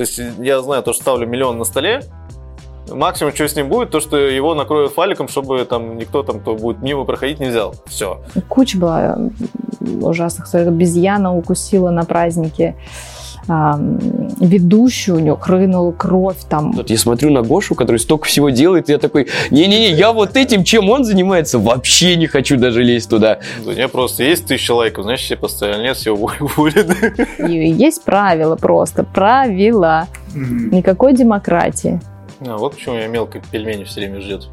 То есть я знаю, то, что ставлю миллион на столе, максимум, что с ним будет, то, что его накроют фаликом, чтобы там никто там, кто будет мимо проходить, не взял. Все. Куча была ужасных историй. Обезьяна укусила на празднике ведущую, у нее хлынула кровь там. Вот я смотрю на Гошу, который столько всего делает, и я такой, не-не-не, я вот этим, чем он занимается, вообще не хочу даже лезть туда. У меня просто есть 1000 лайков, значит, все поставили, нет, все уволены. Есть правила просто, правила. Никакой демократии. Вот почему меня мелкий пельмени все время ждет.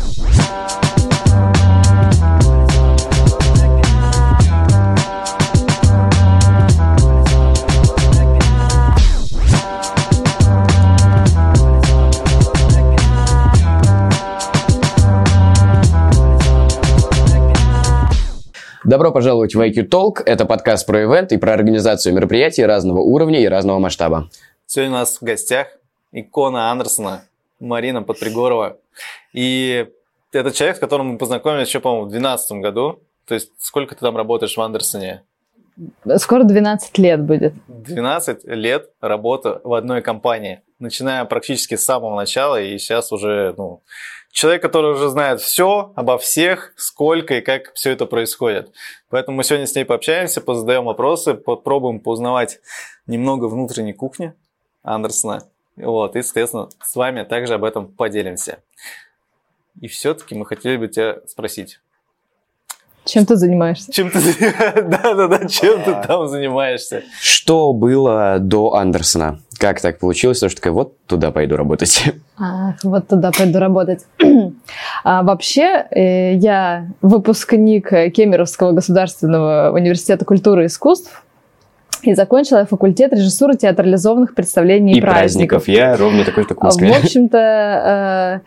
Добро пожаловать в IQ Talk. Это подкаст про ивент и про организацию мероприятий разного уровня и разного масштаба. Сегодня у нас в гостях икона Андерсона Марина Подпригорова. И это человек, с которым мы познакомились еще, по-моему, в 2012 году. То есть сколько ты там работаешь в Андерсоне? Скоро 12 лет будет. 12 лет работы в одной компании. Начиная практически с самого начала. И сейчас уже, человек, который уже знает все обо всех, сколько и как все это происходит. Поэтому мы сегодня с ней пообщаемся, позадаем вопросы, попробуем поузнавать немного внутренней кухни Андерсона. И, соответственно, с вами также об этом поделимся. И все-таки мы хотели бы тебя спросить. Чем ты занимаешься? Да, чем ты там занимаешься? Что было до Андерсона? Как так получилось, что такая, вот туда пойду работать? Вот туда пойду работать. Вообще, я выпускник Кемеровского государственного университета культуры и искусств и закончила факультет режиссуры театрализованных представлений и праздников. Я ровно такой же, как в Москве. В общем-то,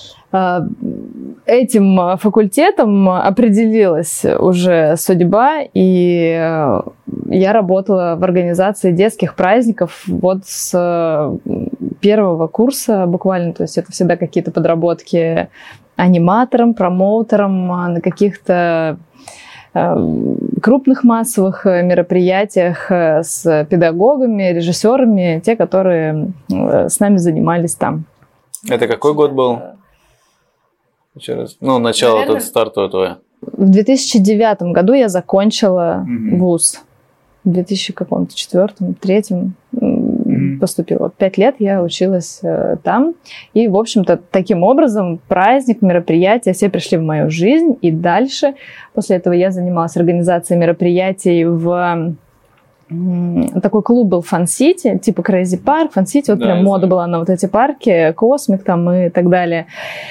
этим факультетом определилась уже судьба, и я работала в организации детских праздников вот с первого курса буквально, то есть это всегда какие-то подработки аниматором, промоутером на каких-то крупных массовых мероприятиях с педагогами, режиссерами, те, которые с нами занимались там. Это какой год был? Еще раз. Начало старта твое. В 2009 году я закончила вуз. В 2004-2003 поступила. 5 лет я училась там. И, в общем-то, таким образом праздник, мероприятия все пришли в мою жизнь. И дальше, после этого я занималась организацией мероприятий в... Такой клуб был Fun City, типа Crazy Park, Fun City. Вот прям мода была на вот эти парки, Космик там и так далее.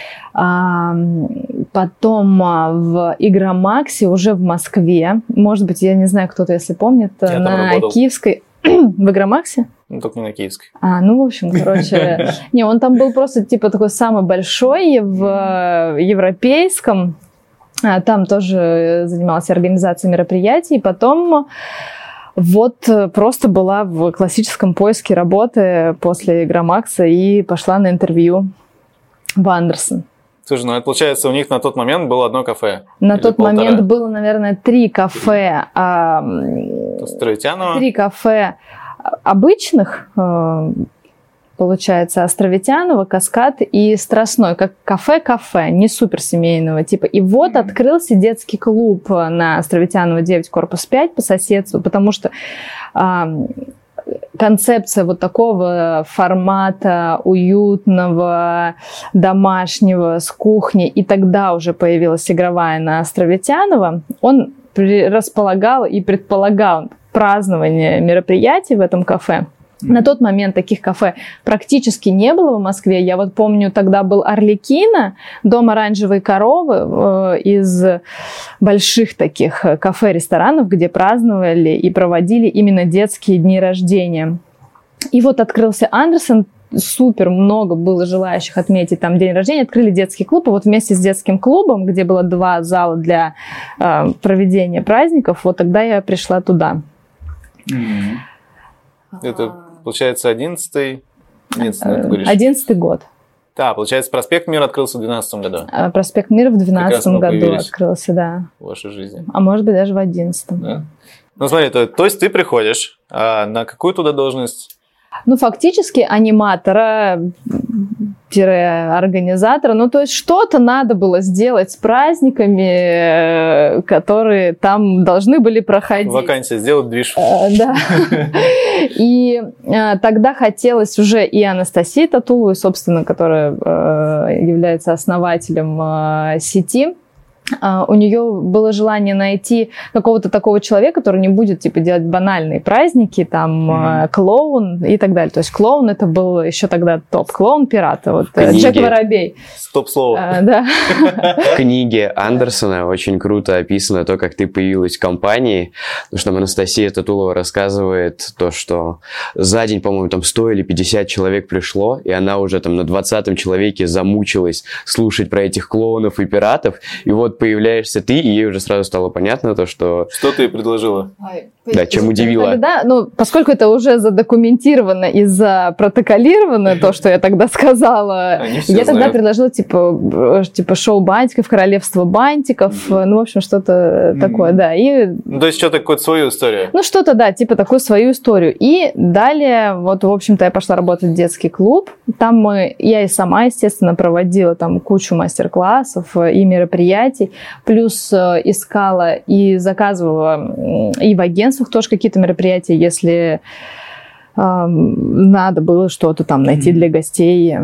Потом в Игромаксе уже в Москве. Может быть, я не знаю, кто-то, если помнит, я на Киевской... В Игромаксе? Только не на Киевской. В общем, короче... Не, он там был просто типа такой самый большой в европейском. Там тоже занимался организацией мероприятий. Потом... просто была в классическом поиске работы после Игромакса и пошла на интервью в Андерсон. Слушай, это получается, у них на тот момент было одно кафе? На тот момент было, наверное, 3 кафе. Островитянова? 3 кафе обычных, получается, Островитянова, Каскад и Страстной, как кафе-кафе, не суперсемейного типа. И вот открылся детский клуб на Островитянова 9, корпус 5 по соседству, потому что концепция вот такого формата уютного, домашнего, с кухней, и тогда уже появилась игровая на Островитянова, он располагал и предполагал празднование мероприятий в этом кафе. На тот момент таких кафе практически не было в Москве. Я вот помню, тогда был Арлекино, дом оранжевой коровы, из больших таких кафе-ресторанов, где праздновали и проводили именно детские дни рождения. И вот открылся Андерсон, супер много было желающих отметить там день рождения, открыли детский клуб, и вот вместе с детским клубом, где было 2 зала для проведения праздников, вот тогда я пришла туда. Это, получается, 11-й год. Да, получается, проспект Мира открылся в 2012 году. Проспект Мира в 2012 году открылся, да. В вашей жизни. А может быть, даже в 2011. Да. Смотри, то есть ты приходишь, а на какую туда должность? Ну, фактически аниматора-организатора. Ну, то есть что-то надо было сделать с праздниками, которые там должны были проходить. Вакансия, сделать движ. Да. И тогда хотелось уже и Анастасии Татуловой, собственно, которая является основателем сети. У нее было желание найти какого-то такого человека, который не будет типа делать банальные праздники, там клоун и так далее. То есть клоун это был еще тогда топ. Клоун пирата. Вот Джек Воробей. Стоп-слово. Да. В книге Андерсона очень круто описано то, как ты появилась в компании. Потому что там Анастасия Татулова рассказывает то, что за день, по-моему, там 100 или 50 человек пришло, и она уже там на 20-м человеке замучилась слушать про этих клоунов и пиратов. И вот появляешься ты, и ей уже сразу стало понятно то, что... Что ты ей предложила? Да, чем удивила. Тогда, ну, поскольку это уже задокументировано и запротоколировано, то, что я тогда сказала, я тогда предложила, типа шоу бантиков, королевство бантиков, ну, в общем, что-то такое, да. И... Ну, то есть что-то, какую-то свою историю? Ну, что-то, да, типа такую свою историю. И далее, вот, в общем-то, я пошла работать в детский клуб. Там я и сама, естественно, проводила там кучу мастер-классов и мероприятий, плюс искала и заказывала и в агентствах тоже какие-то мероприятия, если надо было что-то там найти для гостей.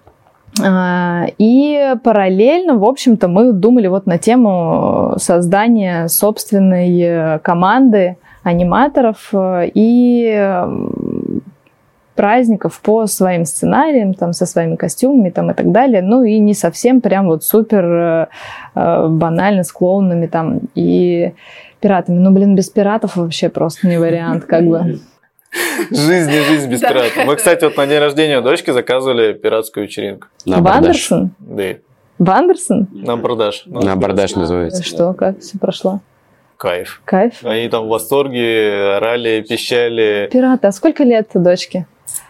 И параллельно, в общем-то, мы думали вот на тему создания собственной команды аниматоров и праздников по своим сценариям, там, со своими костюмами там, и так далее. Ну и не совсем прям вот супер банально с клоунами там и пиратами. Ну, блин, без пиратов вообще просто не вариант, как бы. Жизнь без пиратов. Мы, кстати, вот на день рождения у дочки заказывали пиратскую вечеринку. В Андерсон? Да. В Андерсон? На абордаж. На абордаж называется. Что, как все прошло? Кайф. Кайф? Они там в восторге, орали, пищали. Пираты, а сколько лет дочке?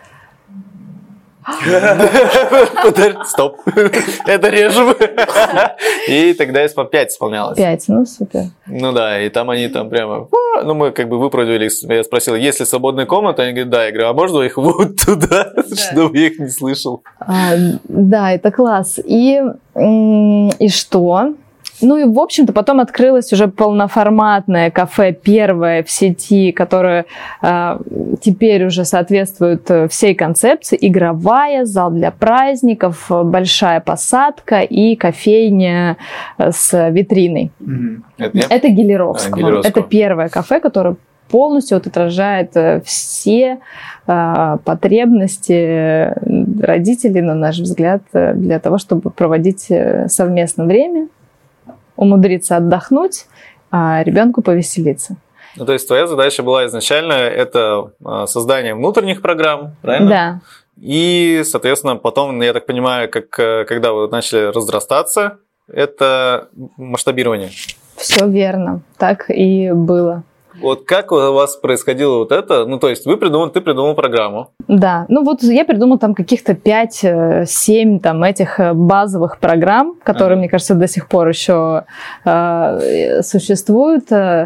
Стоп. Это режем. И тогда 5 исполнялось. 5, ну супер. Ну да, и там они там прямо... Ну мы как бы выпроводили, я спросил, есть ли свободная комната? Они говорят, да. Я говорю, а можно их вот туда, чтобы я их не слышал? Да, это класс. И что? Ну и, в общем-то, потом открылось уже полноформатное кафе, первое в сети, которое теперь уже соответствует всей концепции. Игровая, зал для праздников, большая посадка и кофейня с витриной. Это Гелеровского. Это первое кафе, которое полностью вот отражает все потребности родителей, на наш взгляд, для того, чтобы проводить совместно время, умудриться отдохнуть, а ребенку повеселиться. Ну, то есть твоя задача была изначально это создание внутренних программ, правильно? Да. И, соответственно, потом, я так понимаю, когда вы начали разрастаться, это масштабирование. Все верно, так и было. Вот как у вас происходило вот это? Ну, то есть ты придумал программу. Да, ну вот я придумала там каких-то 5-7 там этих базовых программ, которые, мне кажется, до сих пор еще существуют.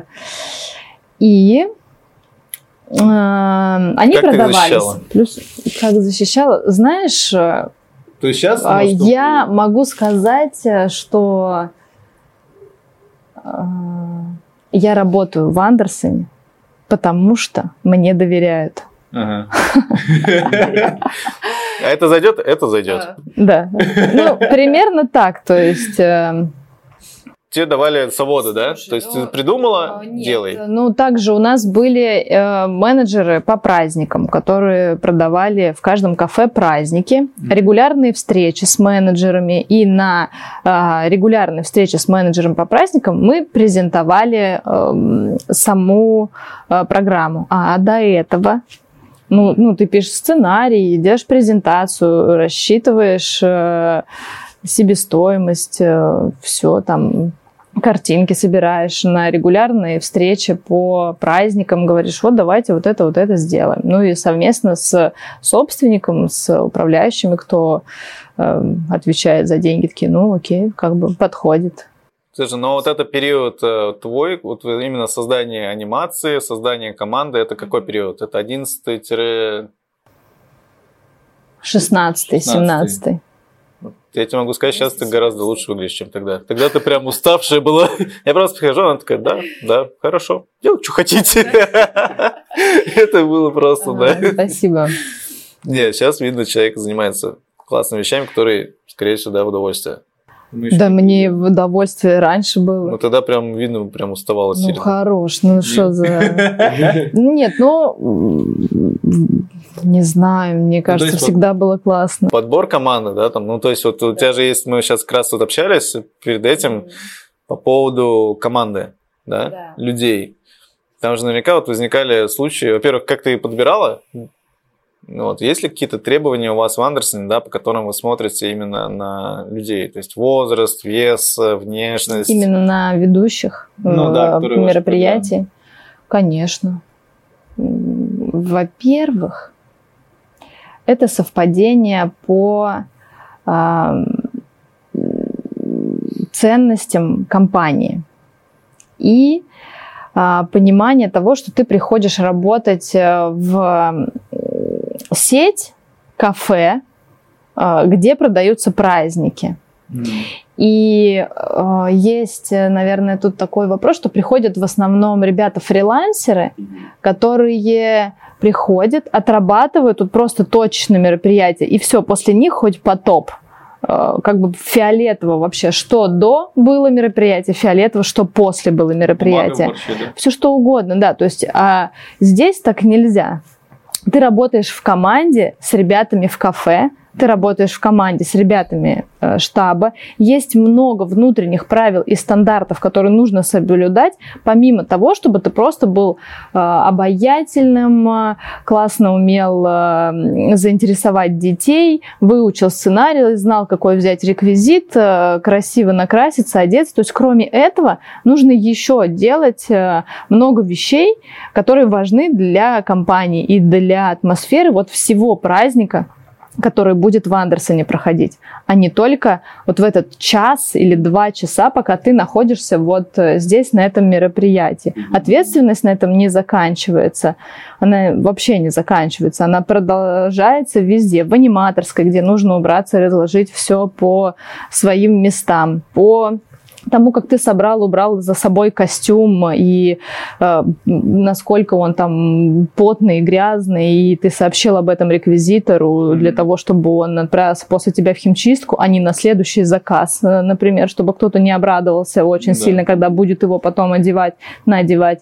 И они как продавались. Плюс как защищала? Знаешь, то есть сейчас, я могу сказать, что... Я работаю в Андерсоне, потому что мне доверяют. Ага. А это зайдет? Это зайдет. Да. Ну, примерно так. То есть... Тебе давали свободу, да? То есть ты придумала, делай. Ну, также у нас были менеджеры по праздникам, которые продавали в каждом кафе праздники, регулярные встречи с менеджерами. И на регулярной встрече с менеджером по праздникам мы презентовали саму программу. А до этого... Ну, ты пишешь сценарий, делаешь презентацию, рассчитываешь себестоимость, все там, картинки собираешь на регулярные встречи по праздникам, говоришь, вот давайте вот это сделаем. Ну и совместно с собственником, с управляющими, кто отвечает за деньги, такие, ну окей, как бы подходит. Слушай, но вот это период твой, вот именно создание анимации, создание команды, это какой период? Это 11-... 16-й, 17-й. Я тебе могу сказать, сейчас ты гораздо лучше выглядишь, чем тогда. Тогда ты прям уставшая была. Я просто прихожу, она такая, да, хорошо, делайте, что хотите. Это было просто, да. Спасибо. Нет, сейчас видно, человек занимается классными вещами, которые, скорее всего, в удовольствие. Да, мне в удовольствие раньше было. Ну, тогда прям видно, прям уставала сильно. Ну, хорош, ну что за... Нет, не знаю, мне кажется, всегда было классно. Подбор команды, да, там, ну, то есть вот у тебя же есть, мы сейчас как раз вот общались перед этим по поводу команды, да, людей. Там же наверняка вот возникали случаи, во-первых, как ты подбирала? Вот. Есть ли какие-то требования у вас в Андерсоне, да, по которым вы смотрите именно на людей? То есть возраст, вес, внешность? Именно на ведущих мероприятий? Конечно. Во-первых, это совпадение по ценностям компании и понимание того, что ты приходишь работать в сеть кафе, где продаются праздники. И есть, наверное, тут такой вопрос, что приходят в основном ребята-фрилансеры, которые приходят, отрабатывают тут просто точечные мероприятия, и все, после них хоть потоп. Как бы фиолетово вообще, что до было мероприятие, фиолетово, что после было мероприятие. Все что угодно, да. То есть здесь так нельзя. Ты работаешь в команде с ребятами в кафе, ты работаешь в команде с ребятами штаба. Есть много внутренних правил и стандартов, которые нужно соблюдать, помимо того, чтобы ты просто был обаятельным, классно умел заинтересовать детей, выучил сценарий, знал, какой взять реквизит, красиво накраситься, одеться. То есть кроме этого нужно еще делать много вещей, которые важны для компании и для атмосферы вот всего праздника, который будет в Андерсоне проходить, а не только вот в этот час или 2 часа, пока ты находишься вот здесь, на этом мероприятии. Ответственность на этом не заканчивается. Она вообще не заканчивается. Она продолжается везде. В аниматорской, где нужно убраться и разложить все по своим местам, по тому, как ты собрал, убрал за собой костюм, и насколько он там потный, грязный, и ты сообщил об этом реквизитору для того, чтобы он отправился после тебя в химчистку, а не на следующий заказ, например, чтобы кто-то не обрадовался очень сильно, когда будет его потом надевать.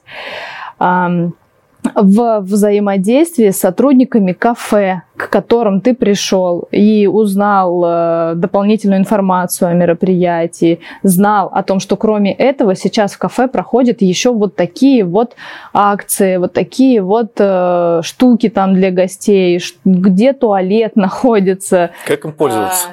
В взаимодействии с сотрудниками кафе, к которым ты пришел и узнал дополнительную информацию о мероприятии, знал о том, что кроме этого сейчас в кафе проходят еще вот такие вот акции, вот такие вот штуки там для гостей, где туалет находится. Как им пользоваться?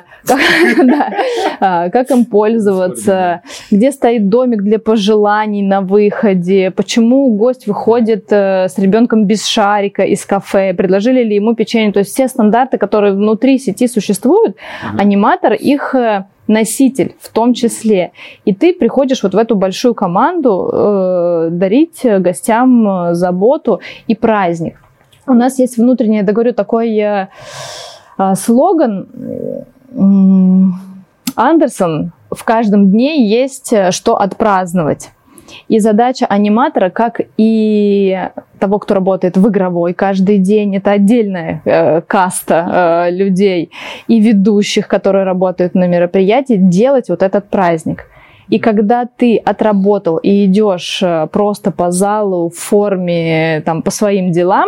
Как им пользоваться, где стоит домик для пожеланий на выходе, почему гость выходит с ребенком без шарика из кафе, предложили ли ему печенье. То есть все стандарты, которые внутри сети существуют, аниматор их носитель в том числе. И ты приходишь вот в эту большую команду дарить гостям заботу и праздник. У нас есть внутренний, я говорю, такой слоган: Андерсон, в каждом дне есть что отпраздновать. И задача аниматора, как и того, кто работает в игровой каждый день, это отдельная каста людей и ведущих, которые работают на мероприятии, делать вот этот праздник. И когда ты отработал и идешь просто по залу в форме, там, по своим делам,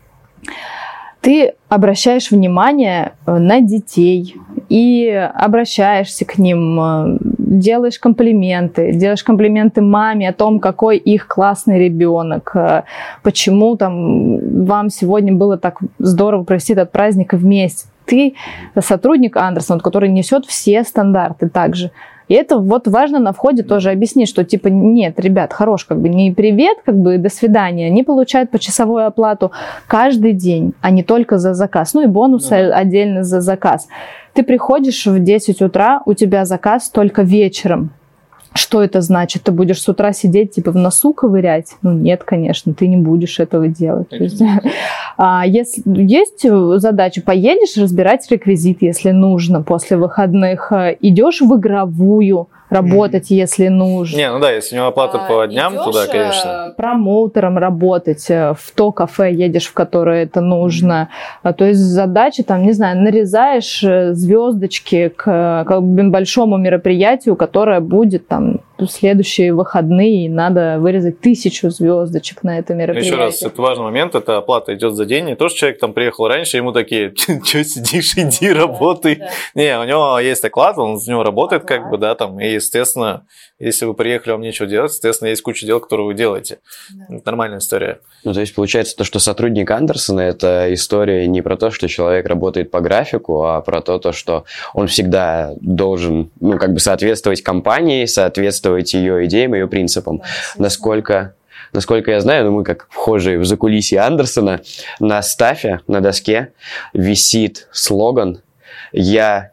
ты обращаешь внимание на детей и обращаешься к ним, делаешь комплименты маме о том, какой их классный ребенок, почему там вам сегодня было так здорово провести этот праздник вместе. Ты сотрудник Андерсона, который несет все стандарты также. И это вот важно на входе тоже объяснить, что типа нет, ребят, хорош, как бы не привет, как бы до свидания, они получают почасовую оплату каждый день, а не только за заказ. Ну и бонусы отдельно за заказ. Ты приходишь в 10 утра, у тебя заказ только вечером. Что это значит? Ты будешь с утра сидеть, типа в носу ковырять? Ну нет, конечно, ты не будешь этого делать. Если есть задача, поедешь разбирать реквизит, если нужно, после выходных, идешь в игровую работать, если нужно. Не, ну да, если у него оплата по дням, то да, конечно. Промоутером работать, в то кафе едешь, в которое это нужно. То есть задача, там, не знаю, нарезаешь звездочки к большому мероприятию, которое будет там в следующие выходные, и надо вырезать 1000 звездочек на это мероприятие. Еще раз, это важный момент, это оплата идет за день. Не то, что человек там приехал раньше, ему такие, что сидишь, иди, работай. Не, у него есть оклад, он с него работает, как бы, да, там, и, естественно, если вы приехали, вам нечего делать, естественно, есть куча дел, которые вы делаете. Это нормальная история. Ну, то есть, получается, то, что сотрудник Андерсона, это история не про то, что человек работает по графику, а про то, что он всегда должен, ну, как бы соответствовать компании, соответствовать ее идеям, ее принципам. Насколько я знаю, ну, мы как вхожие в закулисье Андерсона, на стафе, на доске висит слоган «Я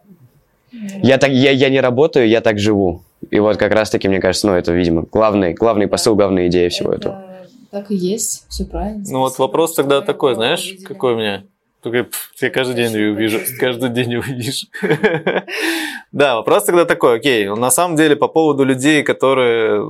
не работаю, я так живу». И вот как раз-таки, мне кажется, ну, это, видимо, главный посыл, главная идея всего этого. Так и есть, все правильно. Ну вот вопрос тогда такой, знаешь, какой у меня? Только я каждый день ее вижу, каждый день его вижу. Да, вопрос тогда такой, окей, на самом деле по поводу людей, которые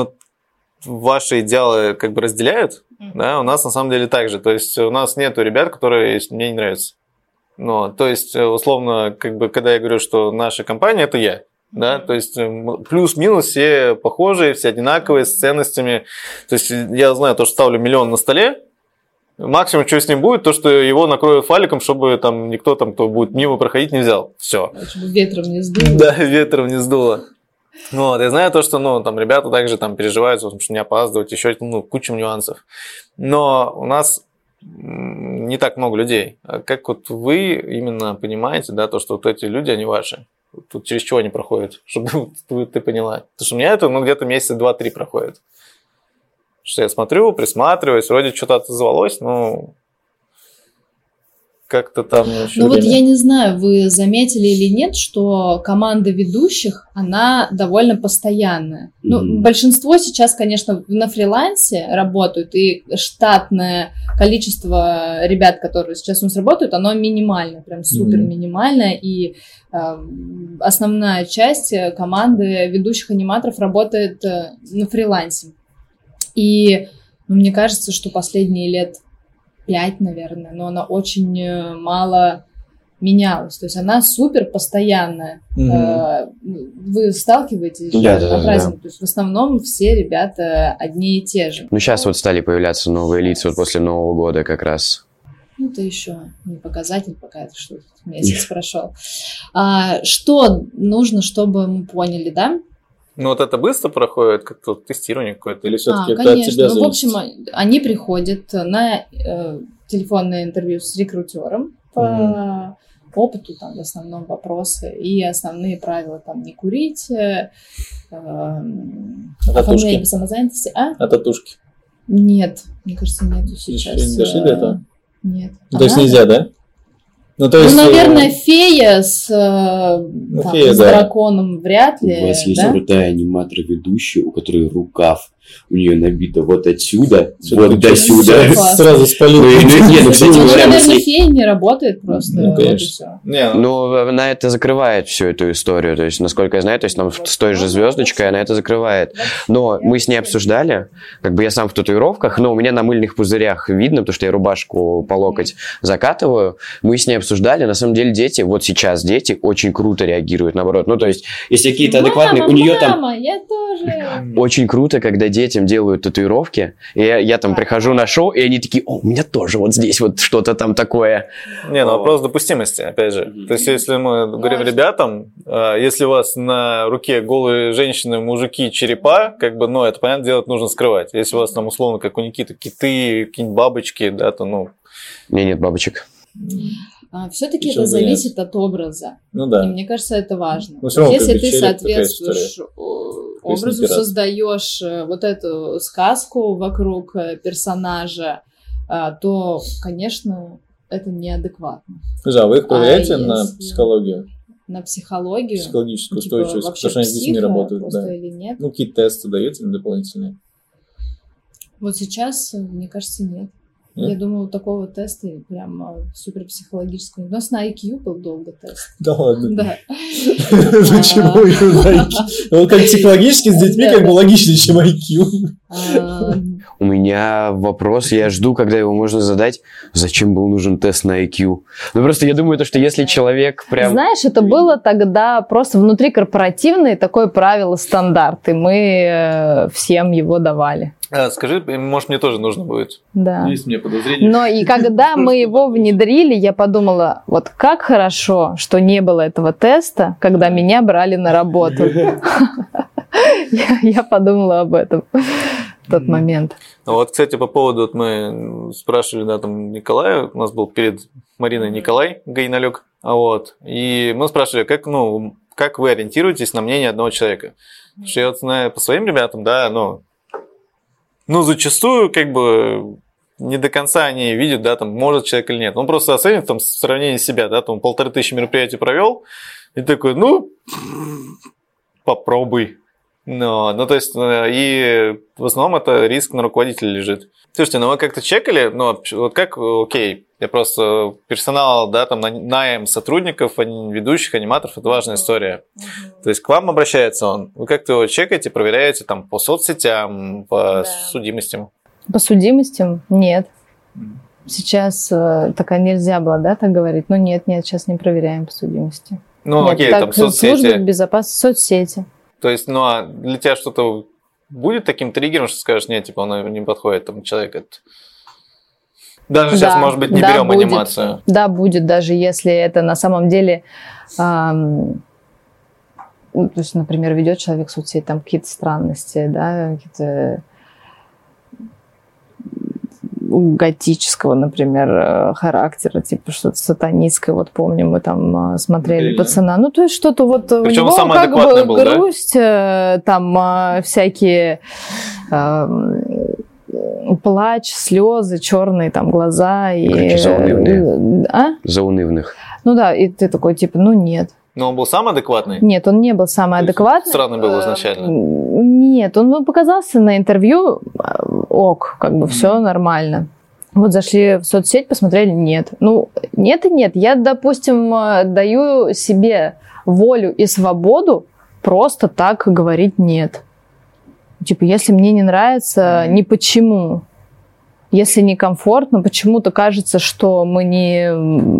ваши идеалы как бы разделяют, да, у нас на самом деле так же, то есть у нас нету ребят, которые мне не нравятся. Ну, то есть, условно, как бы, когда я говорю, что наша компания – это я, да, то есть плюс-минус все похожие, все одинаковые, с ценностями. То есть я знаю, то, что ставлю 1 миллион на столе, максимум, что с ним будет, то, что его накроют фаликом, чтобы там никто там, кто будет мимо проходить, не взял. Все. Чтобы ветром не сдуло. Да, ветром не сдуло. Вот, я знаю то, что, ну, там ребята также там переживают, потому что не опаздывать, еще, ну, куча нюансов. Но у нас не так много людей. А как вот вы именно понимаете, да, то, что вот эти люди, они ваши? Тут через чего они проходят, чтобы ты поняла? Потому что у меня это, ну, где-то месяца 2-3 проходит. Что я смотрю, присматриваюсь, вроде что-то отозвалось, но как-то там... Ну вот я не знаю, вы заметили или нет, что команда ведущих, она довольно постоянная. Ну, большинство сейчас, конечно, на фрилансе работают, и штатное количество ребят, которые сейчас у нас работают, оно минимальное, прям супер минимальное, и основная часть команды ведущих аниматоров работает на фрилансе. И мне кажется, что последние лет 5, наверное, но она очень мало менялась. То есть она супер постоянная. Вы сталкиваетесь же на праздник? То есть в основном все ребята одни и те же. Ну, сейчас вот стали появляться новые лица вот после Нового года как раз. Ну, это еще не показатель, пока это что месяц прошел. Что нужно, чтобы мы поняли, да? Ну, вот это быстро проходит, как-то тестирование какое-то, или все-таки это конечно. от тебя зависит? Ну, в общем, они приходят на телефонное интервью с рекрутером по опыту, там, в основном вопросы, и основные правила, там, не курить, оформление по самозанятости. А татушки? Нет, мне кажется, нету сейчас. Еще не дошли до этого? Нет. То есть нельзя, да? Ну, то есть, наверное, фея с драконом вряд ли. У вас есть крутая аниматор-ведущая, у которой рукав у нее набито вот отсюда, вот до сюда. Сразу спалил. Нет, кстати, наверное, фея не работает просто. Ну, конечно. Но она это закрывает всю эту историю. То есть, насколько я знаю, то есть нам с той же звездочкой она это закрывает. Но мы с ней обсуждали, как бы я сам в татуировках, но у меня на мыльных пузырях видно, потому что я рубашку по локоть закатываю. Мы с ней обсуждали, на самом деле дети, вот сейчас дети очень круто реагируют, наоборот. Ну, то есть, если какие-то адекватные... У нее там... я тоже. Очень круто, когда детям делают татуировки, и я там прихожу на шоу, и они такие, о, у меня тоже вот здесь вот что-то там такое. Не, ну вопрос допустимости, опять же. То есть, если мы говорим ребятам, если у вас на руке голые женщины, мужики, черепа, как бы, ну, это, понятное дело, нужно скрывать. Если у вас там, условно, как у Никиты, киты, какие-нибудь бабочки, да, то, ну... У меня нет бабочек. Все-таки это зависит от образа. Ну да. И мне кажется, это важно. Ну, если ты соответствуешь образу, создаешь вот эту сказку вокруг персонажа, то, конечно, это неадекватно. Слушай, а вы их проверяете на психологию? На психологию? Психологическую устойчивость, потому что они с детьми работают. Да. Или нет? Ну, какие-то тесты даете дополнительные? Вот сейчас, мне кажется, нет. Я думаю, у такого теста прям суперпсихологического. У нас на IQ был долго тест. Да ладно? Да. Почему именно IQ? Он как психологически с детьми как бы логичнее, чем IQ. У меня вопрос, я жду, когда его можно задать. Зачем был нужен тест на IQ? Ну, просто я думаю, что если человек прям... Знаешь, это было тогда просто внутрикорпоративное такое правило, стандарт, и мы всем его давали. Скажи, может, мне тоже нужно будет? Да. Есть у меня подозрение. Но и когда мы его внедрили, я подумала, вот как хорошо, что не было этого теста, когда меня брали на работу. Я подумала об этом в тот момент. Ну вот, кстати, по поводу, вот мы спрашивали, да, там Николая, у нас был перед Мариной Николай Гайналюк, вот, и мы спрашивали, как вы ориентируетесь на мнение одного человека? Потому что я вот знаю по своим ребятам, да, ну, зачастую, как бы, не до конца они видят, да, там, может человек или нет. Он просто оценит, там, в сравнении себя, да, там, 1500 мероприятий провел, и такой, попробуй. Ну, то есть, и в основном это риск на руководителе лежит. Слушайте, вы как-то чекали, вот как, окей, я просто персонал, да, там, найм сотрудников, ведущих, аниматоров, это важная история. То есть к вам обращается он, вы как-то его чекаете, проверяете там по соцсетям, по судимостям? По судимостям? Нет. Сейчас такая нельзя было, да, так говорить? Ну, нет, сейчас не проверяем по судимости. Ну, окей, там соцсети. Служба безопасности, соцсети. То есть, а для тебя что-то будет таким триггером, что скажешь, нет, типа, он не подходит, там, человек этот... Даже сейчас, может быть, не берем будет. Анимацию. Да, будет, даже если это на самом деле... то есть, например, ведет человек в соцсети, там какие-то странности, да, какие-то готического, например, характера, типа что-то сатанистское. Вот помню, мы там смотрели «Пацана». Ну, то есть что-то вот причем у него как бы был, грусть, да? Там всякие плач, слезы, черные там глаза. Короче, заунывные. Заунывных. Ну да, и ты такой, типа, нет. Но он был самый адекватный? Нет, он не был самый адекватный. Странный был изначально? Нет, он показался на интервью, как бы все нормально. Вот зашли в соцсеть, посмотрели, нет. Ну, нет и нет. Я, допустим, даю себе волю и свободу просто так говорить нет. Типа, если мне не нравится, не почему. Если некомфортно, почему-то кажется, что мы не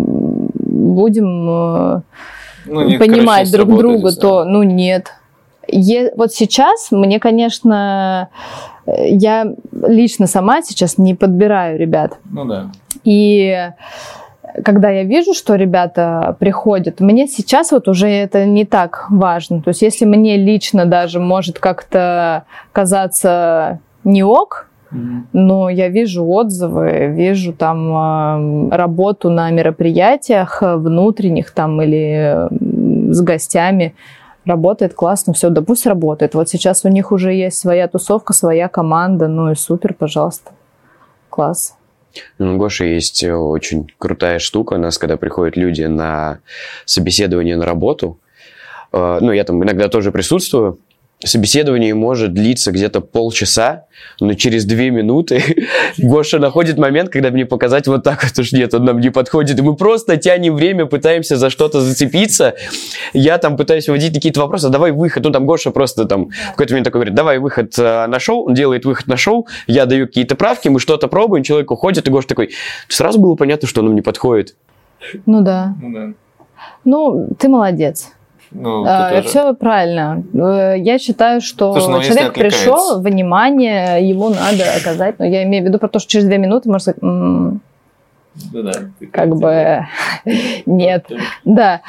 будем... понимать друг друга, то, нет. Вот сейчас мне, конечно, я лично сама сейчас не подбираю ребят. Ну да. И когда я вижу, что ребята приходят, мне сейчас вот уже это не так важно. То есть если мне лично даже может как-то казаться не ок, но я вижу отзывы, вижу там работу на мероприятиях внутренних там или с гостями. Работает классно, все, да пусть работает. Вот сейчас у них уже есть своя тусовка, своя команда, ну и супер, пожалуйста. Класс. У Гоши есть очень крутая штука. У нас, когда приходят люди на собеседование на работу, я там иногда тоже присутствую, собеседование может длиться где-то полчаса, но через 2 минуты Гоша находит момент, когда мне показать вот так вот, уж нет, он нам не подходит. И мы просто тянем время, пытаемся за что-то зацепиться. Я там пытаюсь вводить какие-то вопросы, давай выход. Ну, там Гоша просто там в какой-то момент такой говорит, давай выход на шоу. Он делает выход на шоу, я даю какие-то правки, мы что-то пробуем, человек уходит, и Гоша такой, сразу было понятно, что он нам не подходит. Ну да. Ну, ты молодец. Все правильно. Я считаю, что человек пришел, внимание ему надо оказать. Но я имею в виду про то, что через 2 минуты можно сказать, как бы нет. Да.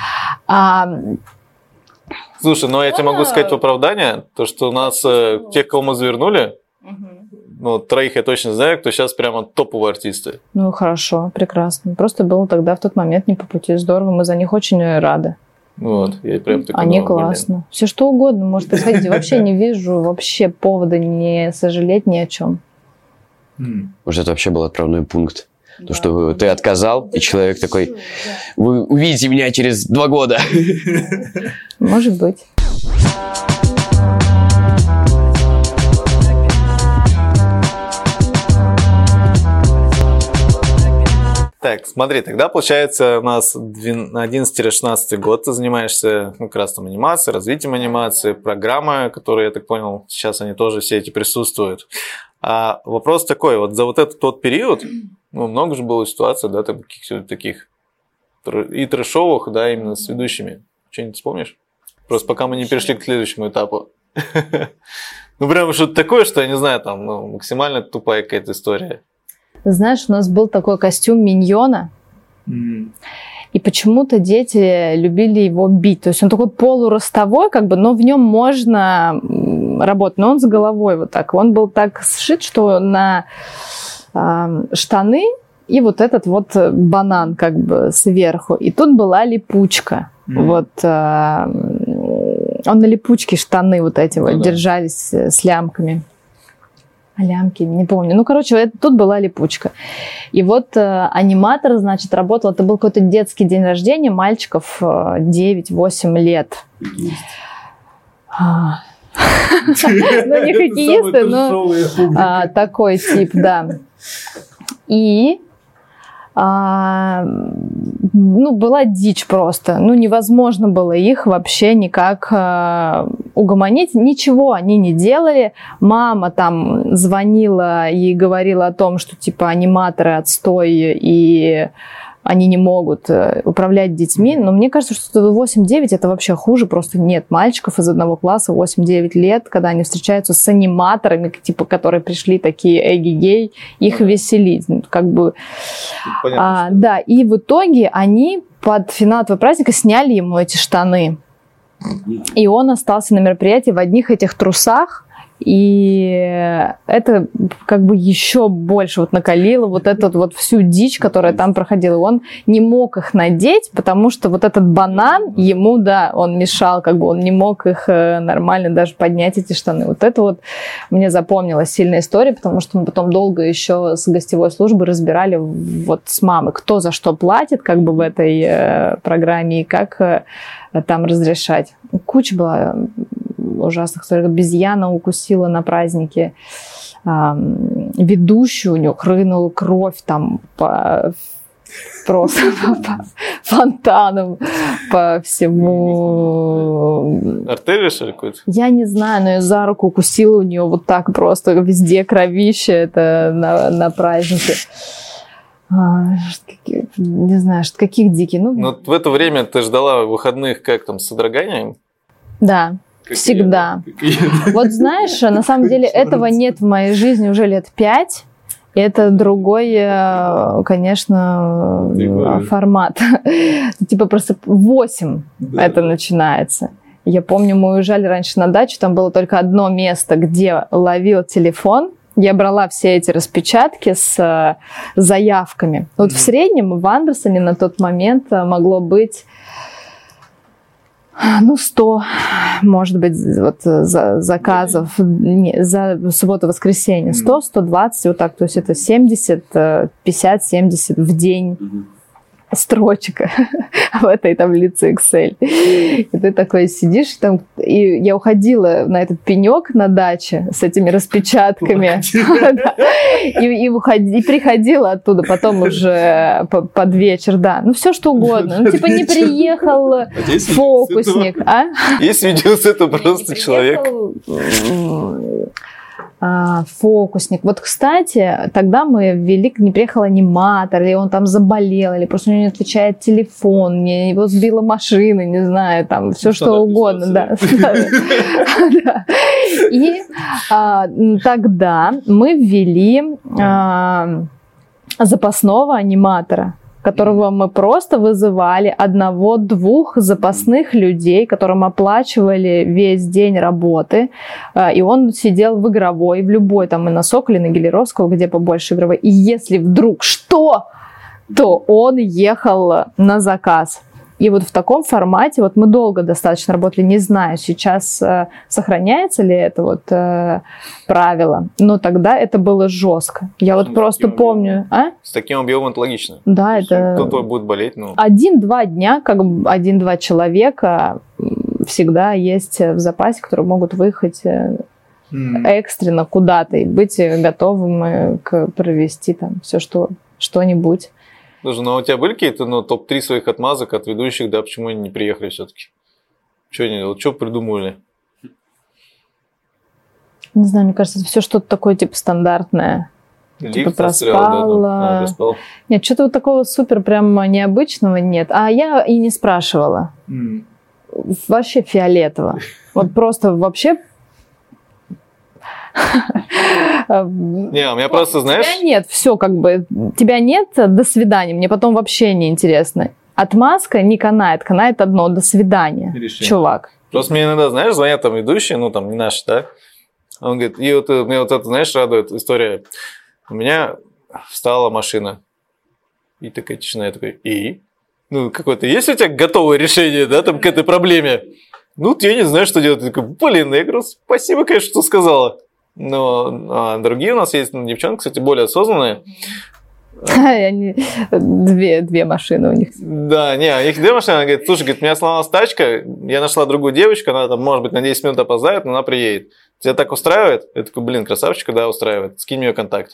Слушай, я тебе могу сказать в оправдание, то, что у нас тех, кого мы завернули, 3 я точно знаю, кто сейчас прямо топовые артисты. Ну, хорошо, прекрасно. Просто было тогда в тот момент не по пути. Здорово, мы за них очень рады. Вот, я прям такой, они классно. Все что угодно может происходить. Вообще не вижу повода не сожалеть ни о чем. Может, это вообще был отправной пункт? То, что ты отказал, и человек такой, вы увидите меня через 2 года. Может быть. Так, смотри, тогда получается у нас 11-16 год ты занимаешься как раз там анимацией, развитием анимации, программы, которые, я так понял, сейчас они тоже все эти присутствуют. А вопрос такой, вот за вот этот тот период, много же было ситуаций, да, там каких-то таких и трэшовых, да, именно с ведущими. Что-нибудь вспомнишь? Просто пока мы не перешли к следующему этапу. Прям что-то такое, что, я не знаю, там, максимально тупая какая-то история. Знаешь, у нас был такой костюм миньона, и почему-то дети любили его бить. То есть он такой полуростовой, но в нем можно работать, но он с головой вот так. Он был так сшит, что на штаны и вот этот вот банан сверху. И тут была липучка. Вот он на липучке штаны вот эти вот держались с лямками. Лямки, не помню. Тут была липучка. И вот аниматор, значит, работал. Это был какой-то детский день рождения мальчиков 9-8 лет. Ну, не хоккеисты, но такой тип, да. И была дичь просто. Невозможно было их вообще никак угомонить. Ничего они не делали. Мама там звонила и говорила о том, что типа аниматоры отстой и они не могут управлять детьми. Но мне кажется, что 8-9 это вообще хуже. Просто нет мальчиков из одного класса 8-9 лет, когда они встречаются с аниматорами, типа, которые пришли такие эгегей, их веселить. Понятно, да, и в итоге они под финал этого праздника сняли ему эти штаны. И он остался на мероприятии в одних этих трусах. И это еще больше накалило вот эту вот всю дичь, которая там проходила. Он не мог их надеть, потому что вот этот банан ему, да, он мешал, он не мог их нормально даже поднять, эти штаны. Вот это вот мне запомнилась сильная история, потому что мы потом долго еще с гостевой службы разбирали вот с мамой, кто за что платит в этой программе и как там разрешать. Куча была ужасных историй. Обезьяна укусила на празднике ведущую, у нее хлынула кровь там просто по фонтанам, по всему. Артерия, что ли, какой-то? Я не знаю, но ее за руку укусила, у нее вот так просто везде кровище, это на празднике. Не знаю, каких диких. Но в это время ты ждала выходных как там, с содроганием? Да. Всегда. Вот знаешь, на самом деле этого нет в моей жизни уже лет 5. Это другой, конечно, формат. Типа просто 8 это начинается. Я помню, мы уезжали раньше на дачу, там было только одно место, где ловил телефон. Я брала все эти распечатки с заявками. Вот в среднем в Андерсоне на тот момент могло быть 100, может быть, заказов за субботу-воскресенье. 100, 120, вот так. То есть это 70, 50-70 в день строчек в этой таблице Excel. И ты такой сидишь там, и я уходила на этот пенек на даче с этими распечатками. И приходила оттуда потом уже под вечер, да. Все что угодно. Не приехал фокусник. Есть видео с этого просто человек. Фокусник. Вот, кстати, тогда мы ввели, не приехал аниматор, или он там заболел, или просто у него не отвечает телефон, его сбила машина, не знаю, там все что угодно. Да. И тогда мы ввели запасного аниматора, которого мы просто вызывали 1-2 запасных людей, которым оплачивали весь день работы, и он сидел в игровой, в любой, там и на Соколе, на Гелеровского, где побольше игровой, и если вдруг что, то он ехал на заказ. И вот в таком формате, вот мы долго достаточно работали, не знаю, сейчас сохраняется ли это правило, но тогда это было жестко. Я вот просто помню... С таким объемом это логично. Да, это... Кто-то будет болеть, 1-2 дня, 1-2 человека всегда есть в запасе, которые могут выехать экстренно куда-то и быть готовым провести там все что-нибудь. Слушай, ну а у тебя были какие-то топ-3 своих отмазок от ведущих, да, почему они не приехали все-таки? Что придумывали? Не знаю, мне кажется, это все что-то такое, типа, стандартное. Лифт типа проспал. проспал. Нет, что-то вот такого супер прям необычного нет. А я и не спрашивала. Вообще фиолетово. Вот просто вообще... Не, у меня просто, знаешь... Тебя нет, все как бы. Тебя нет, до свидания. Мне потом вообще не интересно. Отмазка не канает. Канает одно, до свидания, чувак. Просто мне иногда, знаешь, звонят там ведущие, не наши, да? Он говорит, и вот меня вот это, знаешь, радует история. У меня встала машина. И такая тишина, я такой, и? Какое-то есть у тебя готовое решение, да, там, к этой проблеме? Я не знаю, что делать. Я такой, я говорю, спасибо, конечно, что сказала. Но другие у нас есть девчонки, кстати, более осознанные. Две машины у них. Да, у них 2 машины. Она говорит, слушай, у меня сломалась тачка, я нашла другую девочку, она там, может быть, на 10 минут опоздает, но она приедет. Тебя так устраивает? Я такой, красавчика, да, устраивает. Скинь мне контакт.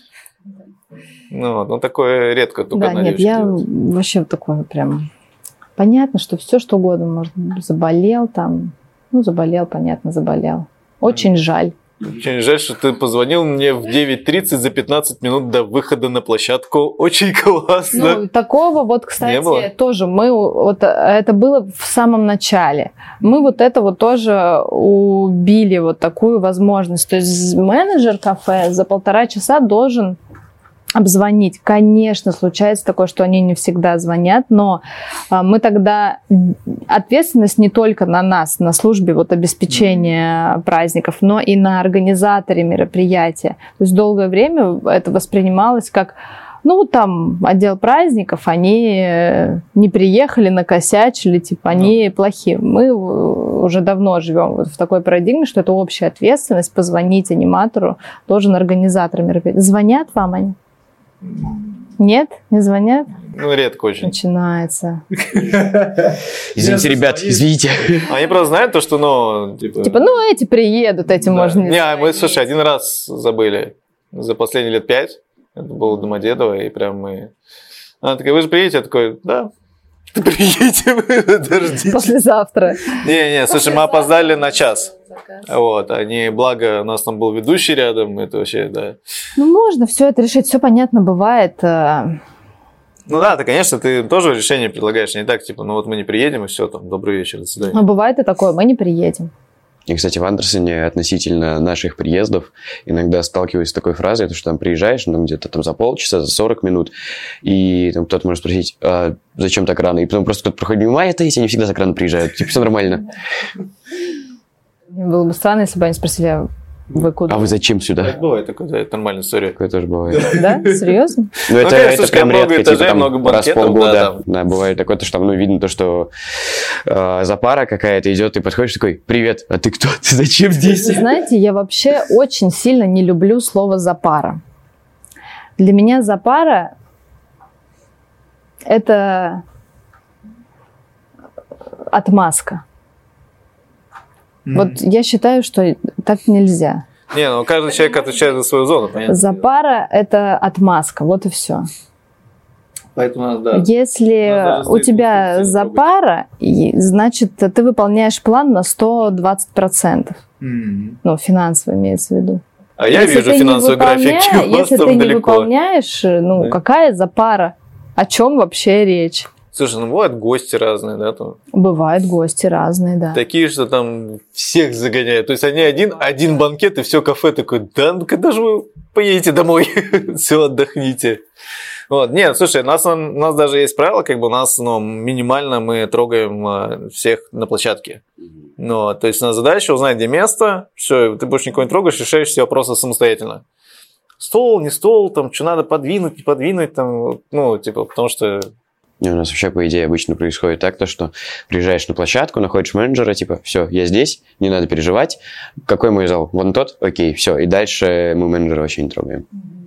Такое редко только одна девочка делает. Вообще такое прям... Понятно, что все что угодно. Может, заболел там. Заболел, понятно, заболел. Очень жаль. Очень жаль, что ты позвонил мне в 9:30 за 15 минут до выхода на площадку. Очень классно. Такого кстати, тоже это было в самом начале. Мы это тоже убили такую возможность. То есть менеджер кафе за 1,5 часа должен обзвонить. Конечно, случается такое, что они не всегда звонят, но мы тогда... Ответственность не только на нас, на службе обеспечения праздников, но и на организаторе мероприятия. То есть долгое время это воспринималось как, там отдел праздников, они не приехали, накосячили, они плохие. Мы уже давно живем в такой парадигме, что это общая ответственность, позвонить аниматору должен организатор мероприятия. Звонят вам они? Нет? Не звонят? Редко очень. Начинается. Извините, ребят, извините. Они просто знают то, что, эти приедут, этим можно... Мы, слушай, один раз забыли. За последние лет 5. Это было в Домодедово, и прям мы... Она такая, вы же приедете? Я такой, да. Приедете, вы подождите. Послезавтра. Не, слушай, мы опоздали на час. Благо, у нас там был ведущий рядом, это вообще, да. Можно все это решить, все понятно бывает. Ты, конечно, ты тоже решение предлагаешь, не так, мы не приедем, и все, добрый вечер, до свидания. Но бывает и такое, мы не приедем. И, кстати, в Андерсоне относительно наших приездов иногда сталкиваюсь с такой фразой, что там приезжаешь, где-то за полчаса, за 40 минут, и там кто-то может спросить, зачем так рано? И потом просто кто-то проходит мимо, это если они всегда так рано приезжают, все нормально. Было бы странно, если бы они спросили, вы куда? А вы зачем сюда? Это бывает такое, это нормальная история. Такое тоже бывает. Да? Серьезно? Это прям редко, этажей, много раз в банкетов, полгода. Да, бывает такое, что видно то, что запара какая-то идет, ты подходишь такой, привет, а ты кто? Ты зачем здесь? Знаете, я вообще очень сильно не люблю слово запара. Для меня запара это отмазка. Я считаю, что так нельзя. Каждый человек отвечает за свою зону, понятно. Запара – это отмазка, вот и все. Поэтому, да. Если у тебя запара, значит, ты выполняешь план на 120%. Финансово имеется в виду. А я вижу финансовый график. Если ты не выполняешь, какая запара? О чем вообще речь? Слушай, бывают гости разные, да? Бывают гости разные, да. Такие, что там всех загоняют. То есть они один банкет, и все кафе такое, да, когда же вы поедете домой? Все, отдохните. Нет, слушай, у нас даже есть правило, у нас минимально мы трогаем всех на площадке. То есть у нас задача узнать, где место, все, ты больше никого не трогаешь, решаешь все вопросы самостоятельно. Стол, не стол, что надо подвинуть, не подвинуть, потому что... У нас вообще, по идее, обычно происходит так, что приезжаешь на площадку, находишь менеджера, все, я здесь, не надо переживать. Какой мой зал? Вон тот? Окей, все. И дальше мы менеджера вообще не трогаем.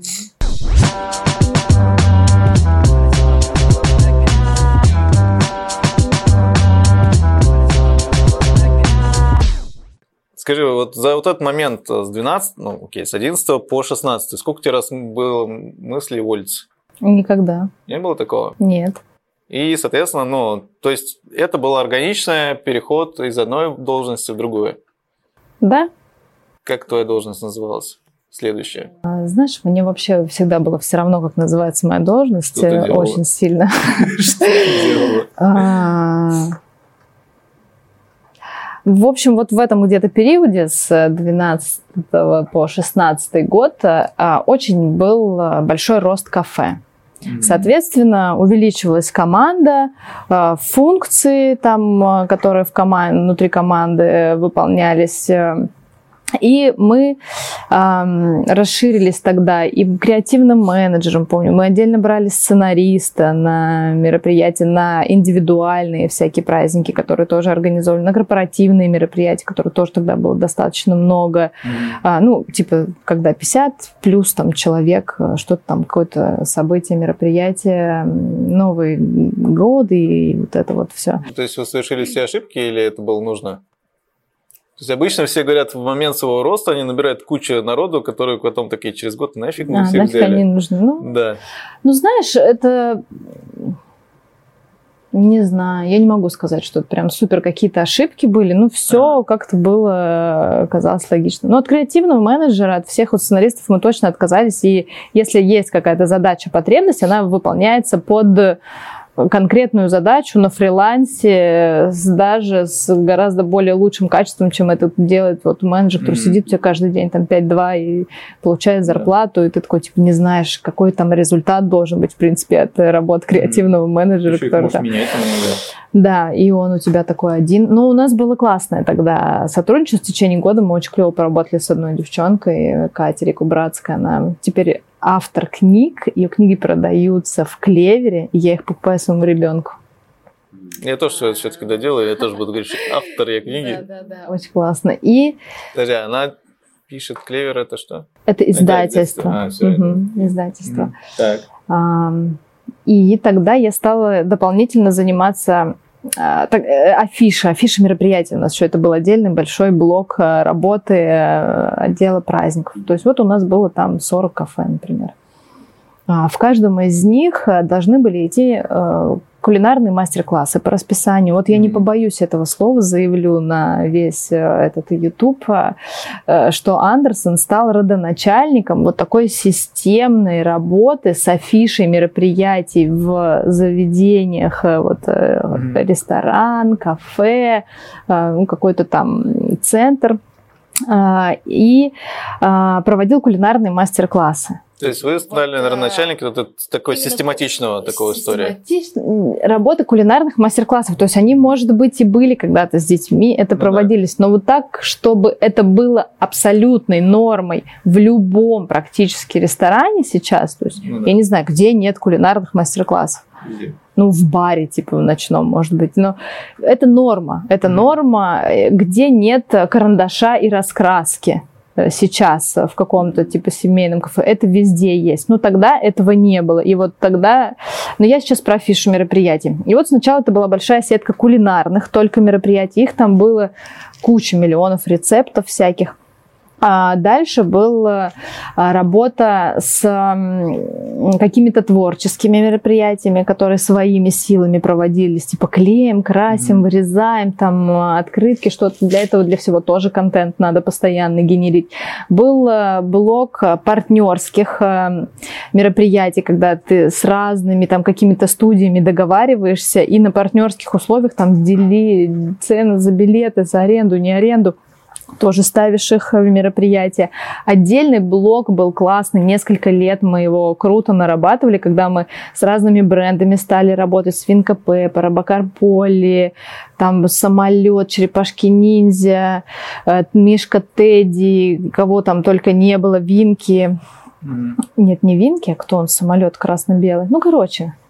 Скажи, за этот момент с 12, с 11 по 16, сколько у тебя раз было мыслей уволиться? Никогда. Не было такого? Нет. И, соответственно, ну, то есть это был органичный переход из одной должности в другую. Да. Как твоя должность называлась? Следующая. Знаешь, мне вообще всегда было все равно, как называется моя должность. Что ты делала? Очень сильно. Что ты делала? В общем, вот в этом где-то периоде с 12 по 16 год очень был большой рост кафе. Соответственно, увеличивалась команда, функции, там, которые внутри команды выполнялись. И мы расширились тогда и креативным менеджером, помню. Мы отдельно брали сценариста на мероприятия, на индивидуальные всякие праздники, которые тоже организовали, на корпоративные мероприятия, которые тоже тогда было достаточно много. Ну, типа, когда 50 плюс там человек, что-то там, какое-то событие, мероприятие, Новый год и вот это вот все. То есть вы совершили все ошибки или это было нужно? То есть обычно все говорят, в момент своего роста они набирают кучу народу, которые потом такие через год нафиг мы всех нафиг взяли. они нужны. Ну, да. Ну, знаешь, это... Не знаю, я не могу сказать, что это прям супер какие-то ошибки были. Ну, все как-то было, казалось логично. Но от креативного менеджера, от всех вот сценаристов мы точно отказались. И если есть какая-то задача, потребность, она выполняется под конкретную задачу на фрилансе даже с гораздо более лучшим качеством, чем это делает вот менеджер, который сидит у тебя каждый день там 5-2 и получает зарплату, и ты такой, типа, не знаешь, какой там результат должен быть, в принципе, от работы креативного менеджера. Который там... менять, да, и он у тебя такой один. Но у нас было классное тогда сотрудничество. В течение года мы очень клево поработали с одной девчонкой, Катей Рекубратской. Она теперь автор книг, ее книги продаются в Клевере, и я их покупаю своему ребенку. Я тоже все-таки доделаю, я тоже буду говорить, что автор я книги. Да, очень классно. И... Подожди, она пишет Клевер, это что? Это издательство. Издательство. Так. И тогда я стала дополнительно заниматься афиша мероприятия. У нас еще это был отдельный большой блок работы отдела праздников. То есть вот у нас было там 40 кафе, например. В каждом из них должны были идти кулинарные мастер-классы по расписанию. Вот я не побоюсь этого слова, заявлю на весь этот YouTube, что Андерсон стал родоначальником вот такой системной работы с афишей мероприятий в заведениях, вот ресторан, кафе, какой-то там центр, и проводил кулинарные мастер-классы. То есть вы стали, наверное, начальником такой систематичного такого истории. Работы кулинарных мастер-классов. То есть они, может быть, и были когда-то с детьми, это проводились, но вот так, чтобы это было абсолютной нормой в любом практически ресторане сейчас. То есть я не знаю, где нет кулинарных мастер-классов. Где? Ну, в баре, типа, в ночном, может быть. Но это норма. Это норма, где нет карандаша и раскраски. Сейчас в каком-то типа семейном кафе, это везде есть. Но тогда этого не было. И вот тогда... Но я сейчас про афишу мероприятий. И вот сначала это была большая сетка кулинарных только мероприятий. Их там было куча, миллионов рецептов всяких. А дальше была работа с какими-то творческими мероприятиями, которые своими силами проводились. Типа клеим, красим, вырезаем, там открытки, что-то. Для этого, для всего тоже контент надо постоянно генерить. Был блок партнерских мероприятий, когда ты с разными там какими-то студиями договариваешься и на партнерских условиях там дели цены за билеты, за аренду, не аренду. Тоже ставишь их в мероприятия. Отдельный блок был классный. Несколько лет мы его круто нарабатывали, когда мы с разными брендами стали работать. Свинка Пеппа, Робокар Полли, там Самолет, Черепашки-ниндзя, Мишка Тедди, кого там только не было, Винки. Нет, не Винки, а кто он? Самолет красно-белый. Ну, короче,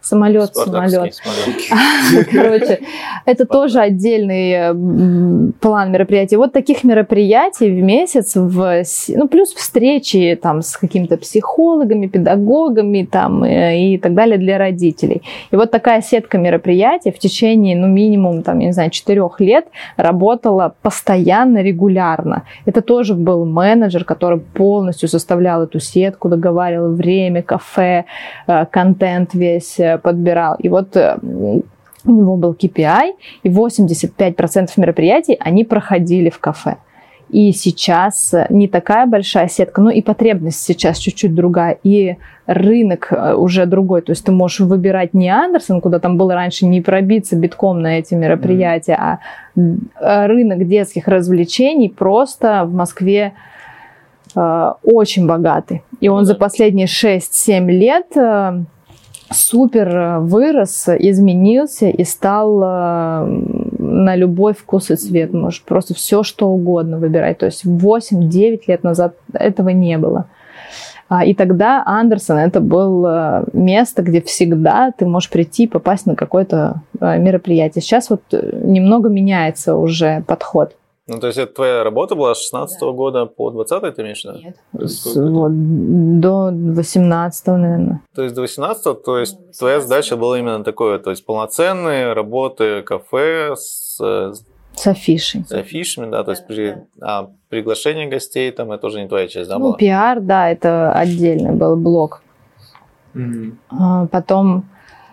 Самолет. Короче, это тоже отдельный план мероприятий. Вот таких мероприятий в месяц, плюс встречи там с какими-то психологами, педагогами там, и так далее для родителей. И вот такая сетка мероприятий в течение, минимум, 4 лет работала постоянно, регулярно. Это тоже был менеджер, который полностью составлял эту сетку, договаривал время, кафе, контент весь подбирал. И вот у него был KPI, и 85% мероприятий, они проходили в кафе. И сейчас не такая большая сетка, но и потребность сейчас чуть-чуть другая, и рынок уже другой. То есть ты можешь выбирать не Андерсон, куда там было раньше, не пробиться битком на эти мероприятия, а рынок детских развлечений просто в Москве очень богатый. И он за последние 6-7 лет супер вырос, изменился и стал на любой вкус и цвет. Можешь просто все, что угодно выбирать. То есть 8-9 лет назад этого не было. И тогда Андерсон это было место, где всегда ты можешь прийти и попасть на какое-то мероприятие. Сейчас вот немного меняется уже подход. То есть это твоя работа была с 16-го года по 20-й, ты имеешь в виду? Нет. До 18-го, наверное. То есть до 18-го, то есть твоя задача была именно такое, то есть полноценные работы кафе с афишей. С афишами, да, то есть приглашение гостей, там это уже не твоя часть, да, была? Пиар, да, это отдельный был блок. Потом...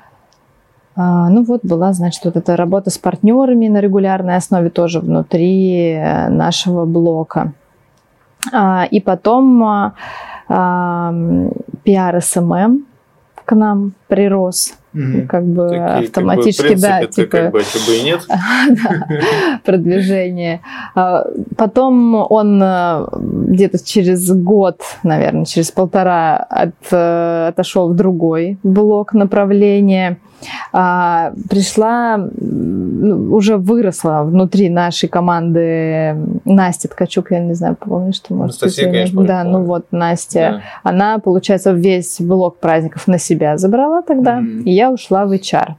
была, значит, вот эта работа с партнерами на регулярной основе тоже внутри нашего блока. И потом пиар СММ к нам прирос. Как бы такие, автоматически, как бы, чего бы и нет. Продвижение. Потом он где-то через год, наверное, через 1,5 отошел в другой блок направления. Пришла, уже выросла внутри нашей команды Настя Ткачук, я не знаю, помнишь, что может быть. Анастасия, конечно, да, Настя. Да. Она, получается, весь блок праздников на себя забрала тогда, и я ушла в HR.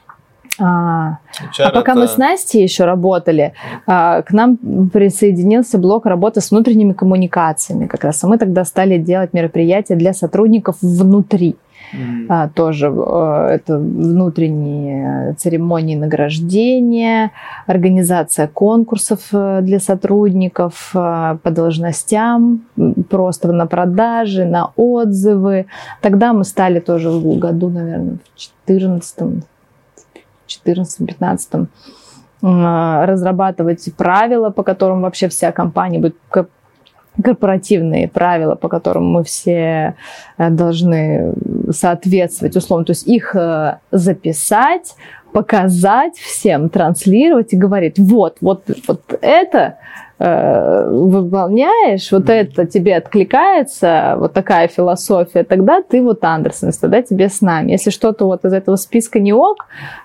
Пока мы с Настей еще работали, к нам присоединился блок работы с внутренними коммуникациями как раз. Мы тогда стали делать мероприятия для сотрудников внутри. Тоже это внутренние церемонии награждения, организация конкурсов для сотрудников по должностям, просто на продажи, на отзывы. Тогда мы стали тоже в году, наверное, в 14-15 разрабатывать правила, по которым вообще вся компания будет, корпоративные правила, по которым мы все должны соответствовать условно. То есть их записать, показать всем, транслировать и говорить, вот это выполняешь, вот это тебе откликается, вот такая философия, тогда ты вот Андерсон, тогда тебе с нами. Если что-то вот из этого списка не ок,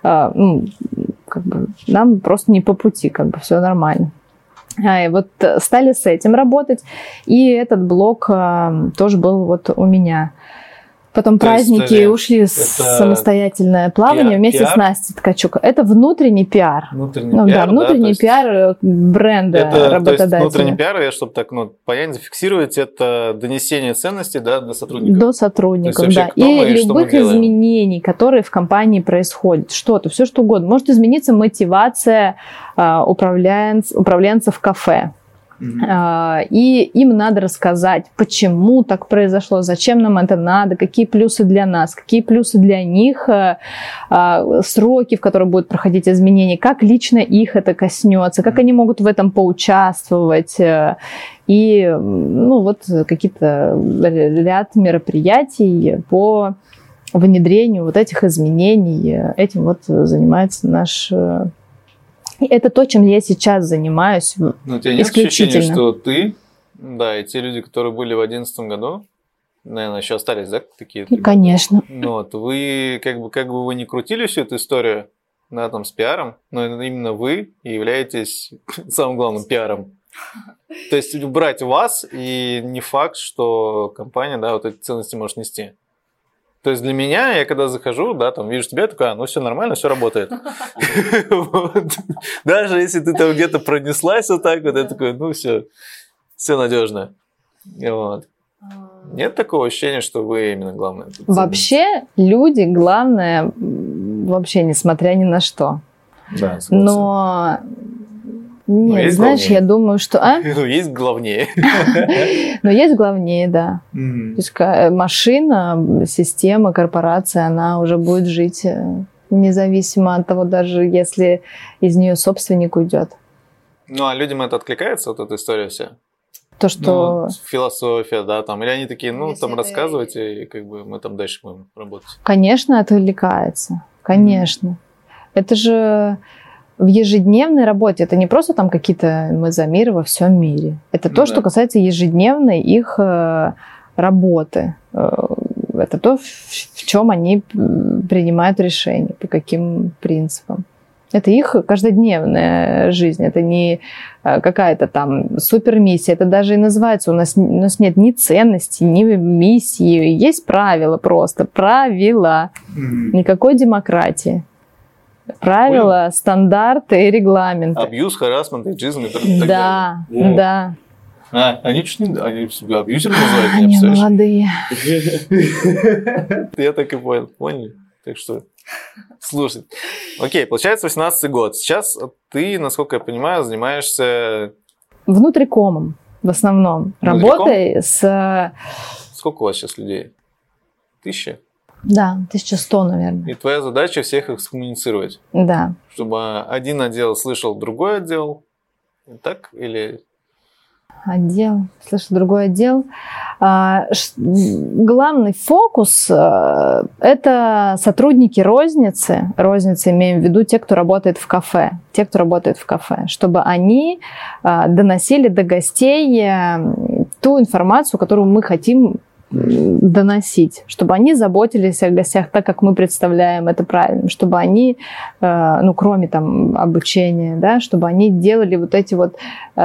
нам просто не по пути, все нормально. И вот стали с этим работать, и этот блок тоже был вот у меня. Потом праздники ушли в самостоятельное плавание вместе с Настей Ткачук. Это внутренний пиар. Внутренний пиар бренда работодателя. То есть внутренний пиар, чтобы так понять, зафиксировать, это донесение ценностей до сотрудников. До сотрудников, да. И любых изменений, которые в компании происходят. Что-то, все что угодно. Может измениться мотивация управленцев кафе. И им надо рассказать, почему так произошло, зачем нам это надо, какие плюсы для нас, какие плюсы для них, сроки, в которые будут проходить изменения, как лично их это коснется, как они могут в этом поучаствовать. И какие-то ряд мероприятий по внедрению вот этих изменений. Этим вот занимается наш... Это то, чем я сейчас занимаюсь. У тебя нет ощущения, что ты, и те люди, которые были в 2011 году, наверное, еще остались, да, такие? Конечно. Вы, как бы вы не крутили всю эту историю, с пиаром, но именно вы являетесь самым главным пиаром. То есть брать вас, и не факт, что компания, вот эти ценности может нести. То есть для меня, я когда захожу, да, там вижу тебя, такая, ну все нормально, все работает. Даже если ты там где-то пронеслась вот так вот, я такой, ну все надежно. Нет такого ощущения, что вы именно главное? Вообще люди главное, вообще несмотря ни на что. Да, но нет, знаешь, главнее. Я думаю, что... Ну, есть главнее. Но есть главнее, да. То есть машина, система, корпорация, она уже будет жить независимо от того, даже если из нее собственник уйдет. Ну, а людям это откликается, вот эта история вся? То, что... философия, да, там. Или они такие, ну, там рассказывайте, и как бы мы там дальше будем работать. Конечно, отвлекается. Конечно. Это же... В ежедневной работе это не просто там какие-то мы за мир во всем мире. Это то, что касается ежедневной их работы. Это то, в чем они принимают решения, по каким принципам. Это их каждодневная жизнь. Это не какая-то там супермиссия. Это даже и называется. У нас нет ни ценностей, ни миссии. Есть правила просто. Правила. Никакой демократии. Правила, стандарты и регламенты. Абьюз, харассмент, эйджизм и так далее. Да, да. Они себя абьюзеры называют? Они молодые. Я так и понял. Поняли? Так что, слушай. Окей, получается 18-й год. Сейчас ты, насколько я понимаю, занимаешься... Внутрикомом в основном. Работой с... Сколько у вас сейчас людей? 1000? Да, 1100, наверное. И твоя задача всех их скоммуницировать? Да. Чтобы один отдел слышал другой отдел? Так? Или... Отдел слышал другой отдел. Главный фокус – это сотрудники розницы. Розницы имеем в виду те, кто работает в кафе. Те, кто работает в кафе. Чтобы они доносили до гостей ту информацию, которую мы хотим доносить, чтобы они заботились о гостях так, как мы представляем это правильно, чтобы они, ну, кроме там обучения, да, чтобы они делали вот эти вот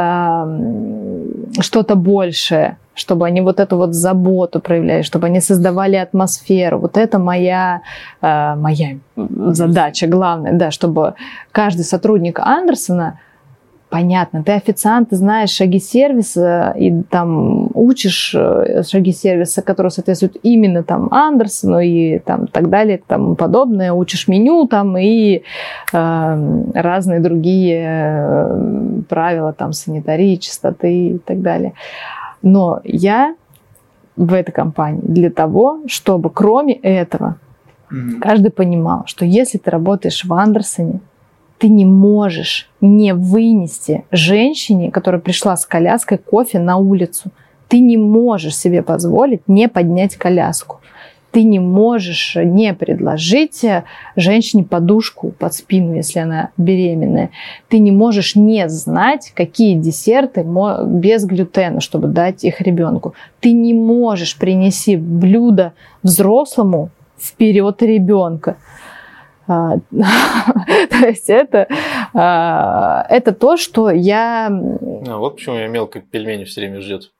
что-то большее, чтобы они вот эту вот заботу проявляли, чтобы они создавали атмосферу. Вот это моя задача главная, да, чтобы каждый сотрудник Андерсона. Понятно, ты официант, ты знаешь шаги сервиса и там учишь шаги сервиса, которые соответствуют именно там Андерсону и там так далее, и тому подобное, учишь меню там и разные другие правила там санитарии, чистоты и так далее. Но я в этой компании для того, чтобы кроме этого каждый понимал, что если ты работаешь в Андерсоне, ты не можешь не вынести женщине, которая пришла с коляской, кофе на улицу. Ты не можешь себе позволить не поднять коляску. Ты не можешь не предложить женщине подушку под спину, если она беременная. Ты не можешь не знать, какие десерты без глютена, чтобы дать их ребенку. Ты не можешь принести блюдо взрослому вперед ребенка. То есть это то, что я... Вот почему я мелко пельмени все время ждет.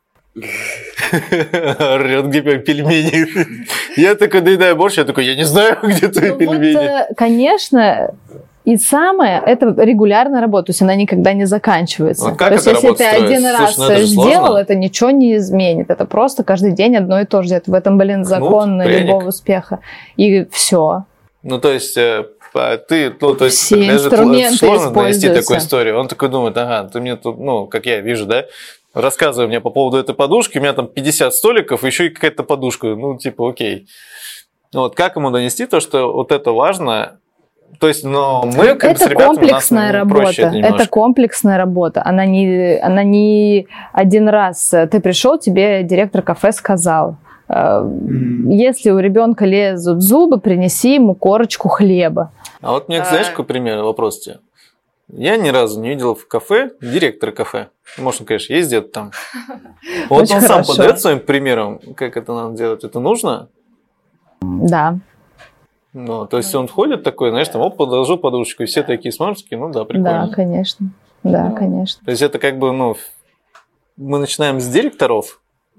Орёт, где пельмени. Я такой доедаю борщ, я такой, я не знаю, где твои пельмени. Вот, конечно, и самое, это регулярная работа, то есть она никогда не заканчивается. То есть если ты один раз сделал, это ничего не изменит. Это просто каждый день одно и то же. В этом, закон любого успеха. И все. Ну, то есть, ты, ну, то есть, все инструменты сложно донести такую историю. Он такой думает, ага, ты мне тут, ну, как я вижу, да, рассказывай мне по поводу этой подушки, у меня там 50 столиков, еще и какая-то подушка, ну, типа, окей. Вот, как ему донести то, что вот это важно? То есть, но мы, как это с ребятами, комплексная работа. Это комплексная работа. Она не один раз. Ты пришел, тебе директор кафе сказал, если у ребенка лезут зубы, принеси ему корочку хлеба. А вот мне, знаешь, какой пример, вопрос тебе? Я ни разу не видел в кафе директора кафе. Может, он, конечно, ездит там. Вот очень он хорошо. сам подает своим примером, как это надо делать. Это нужно? Да. Ну, то есть он ходит такой, знаешь, там, подложу подушечку, и все такие смотрят, ну да, прикольно. Да, конечно. Да, конечно. То есть это как бы, ну, мы начинаем с директоров,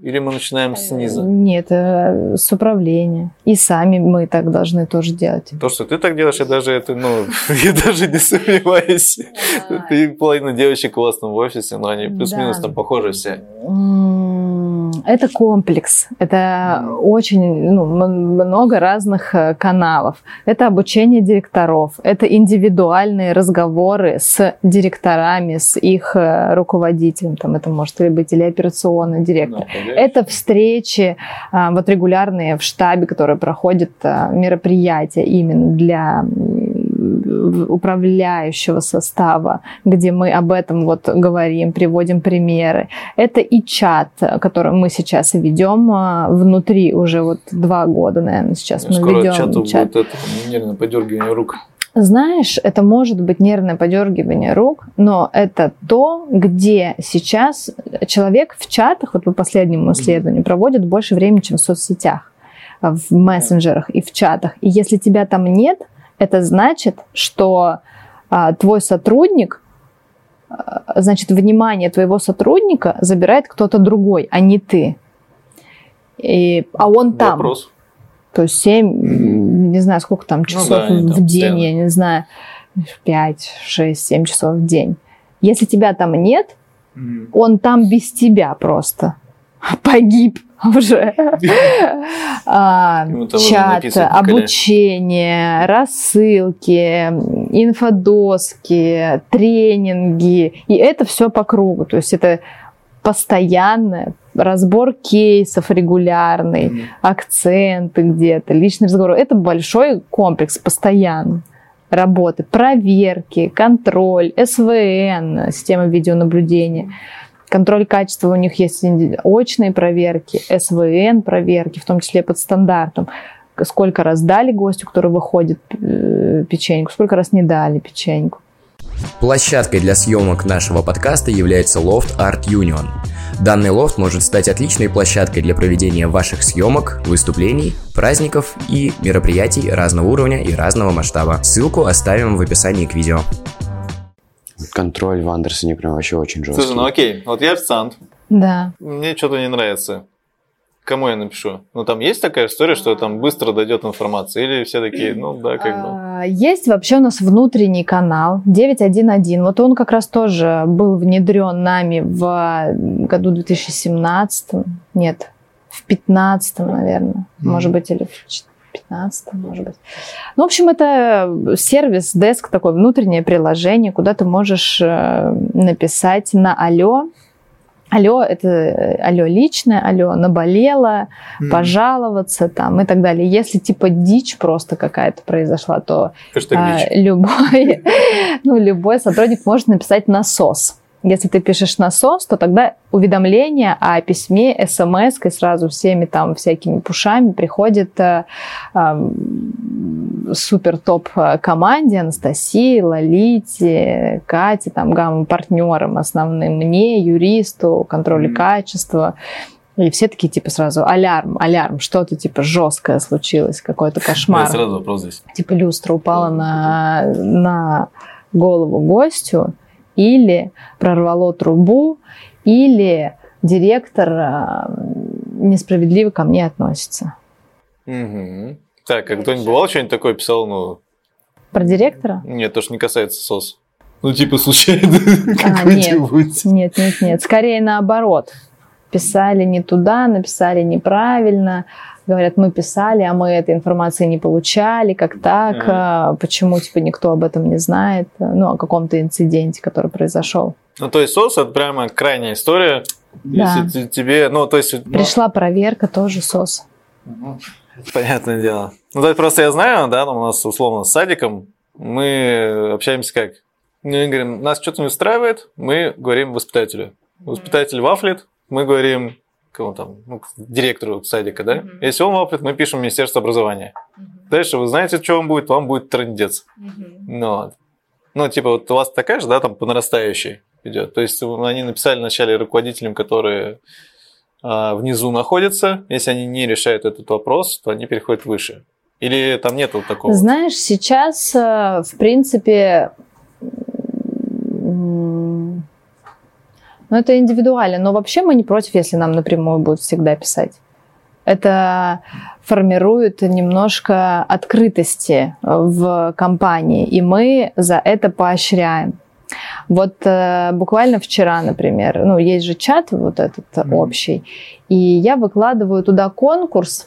Или мы начинаем снизу? Нет, с управления. И сами мы так должны тоже делать. То, что ты так делаешь, я даже я даже не сомневаюсь. Ты половина девочек классно в офисе, но они плюс-минус там похожи все. Это комплекс. Это очень много разных каналов. Это обучение директоров. Это индивидуальные разговоры с директорами, с их руководителем. Там это может быть или операционный директор. Это встречи регулярные в штабе, которые проходят мероприятия именно для управляющего состава, где мы об этом говорим, приводим примеры. Это и чат, который мы сейчас ведем внутри уже 2 года, наверное, сейчас мы ведем. Скоро чат будет нервное подергивание рук. Знаешь, это может быть нервное подергивание рук, но это то, где сейчас человек в чатах, по последнему исследованию, проводит больше времени, чем в соцсетях, в мессенджерах и в чатах. И если тебя там нет, это значит, что твой сотрудник, внимание твоего сотрудника забирает кто-то другой, а не ты. А он там. Вопрос. То есть 7, не знаю, сколько там часов в день, я не знаю, 5, 6, 7 часов в день. Если тебя там нет, он там без тебя просто погиб уже. Чат, обучение, рассылки, инфодоски, тренинги. И это все по кругу. То есть это постоянное разбор кейсов регулярный, акценты где-то, личный разговор. Это большой комплекс постоянно работы, проверки, контроль, СВН, система видеонаблюдения. Контроль качества, у них есть очные проверки, СВН проверки, в том числе под стандартом. Сколько раз дали гостю, который выходит, печеньку, сколько раз не дали печеньку. Площадкой для съемок нашего подкаста является лофт Art Union. Данный лофт может стать отличной площадкой для проведения ваших съемок, выступлений, праздников и мероприятий разного уровня и разного масштаба. Ссылку оставим в описании к видео. Контроль в Андерсоне прям вообще очень жесткий. Слушай, окей, я официант. Да. Мне что-то не нравится. Кому я напишу? Там есть такая история, что там быстро дойдет информация? Или все такие, Есть вообще у нас внутренний канал 911. Он как раз тоже был внедрен нами в году 2017. Нет, в 2015, наверное. Может быть, или в 2015, может быть. В общем, это сервис, деск, такое внутреннее приложение, куда ты можешь написать на «Алло». Алло, это алло личное, алло наболело, пожаловаться там и так далее. Если дичь просто какая-то произошла, то любой сотрудник может написать насос. Если ты пишешь насос, то тогда уведомление о письме, смс-кой сразу всеми там всякими пушами приходит супер топ команде Анастасии, Лолите, Кате, гамма-партнерам основным, мне, юристу, контролю качества. И все такие сразу алярм, что-то жесткое случилось, какой-то кошмар. Сразу вопрос здесь. Люстра упала на голову гостю, или прорвало трубу, или директор несправедливо ко мне относится. Угу. Так, а кто-нибудь бывал, что-нибудь такое писал, Про директора? Нет, то, что не касается СОС. Случайно какой-нибудь. Нет. Скорее наоборот. Писали не туда, написали неправильно. Говорят, мы писали, а мы этой информации не получали. Как так? Почему никто об этом не знает? О каком-то инциденте, который произошел. То есть СОС – это прямо крайняя история. Да. Если тебе, Пришла проверка, тоже СОС. Понятное дело. Просто я знаю, у нас условно с садиком мы общаемся как? Мы говорим, нас что-то не устраивает, мы говорим воспитателю. Воспитатель вафлит, мы говорим директору садика, да? Если он вафлит, мы пишем Министерство образования. Дальше вы знаете, что вам будет трындец. У вас такая же, по нарастающей идет. То есть они написали вначале руководителям, которые внизу находятся. Если они не решают этот вопрос, то они переходят выше. Или там нет такого? Знаешь, сейчас, в принципе, Но это индивидуально. Но вообще мы не против, если нам напрямую будут всегда писать. Это формирует немножко открытости в компании, и мы за это поощряем. Вот буквально вчера, например, есть же чат вот этот общий, и я выкладываю туда конкурс,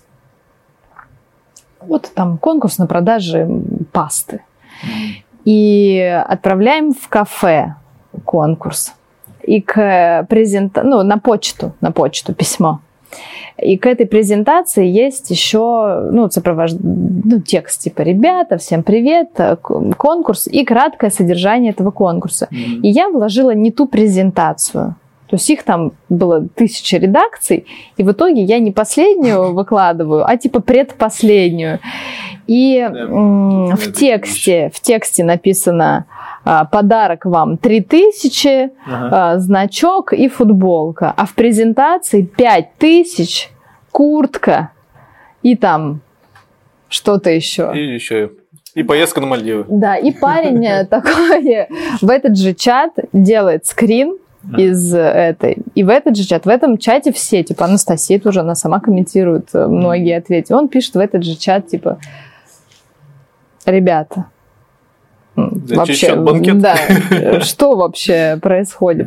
вот там конкурс на продаже пасты, и отправляем в кафе конкурс, и к на почту письмо. И к этой презентации есть еще текст типа «Ребята, всем привет», конкурс и краткое содержание этого конкурса. И я вложила не ту презентацию. То есть их там было 1000 редакций, и в итоге я не последнюю выкладываю, а типа предпоследнюю. И в тексте написано: подарок вам 3000, значок и футболка. А в презентации 5000, куртка и там что-то еще. И еще. И поездка на Мальдивы. Да, и парень такой в этот же чат делает скрин из этой. И в этот же чат, в этом чате все, типа Анастасия тоже, она сама комментирует многие ответы. Он пишет в этот же чат, типа: ребята, вообще, банкет? Да, что вообще происходит?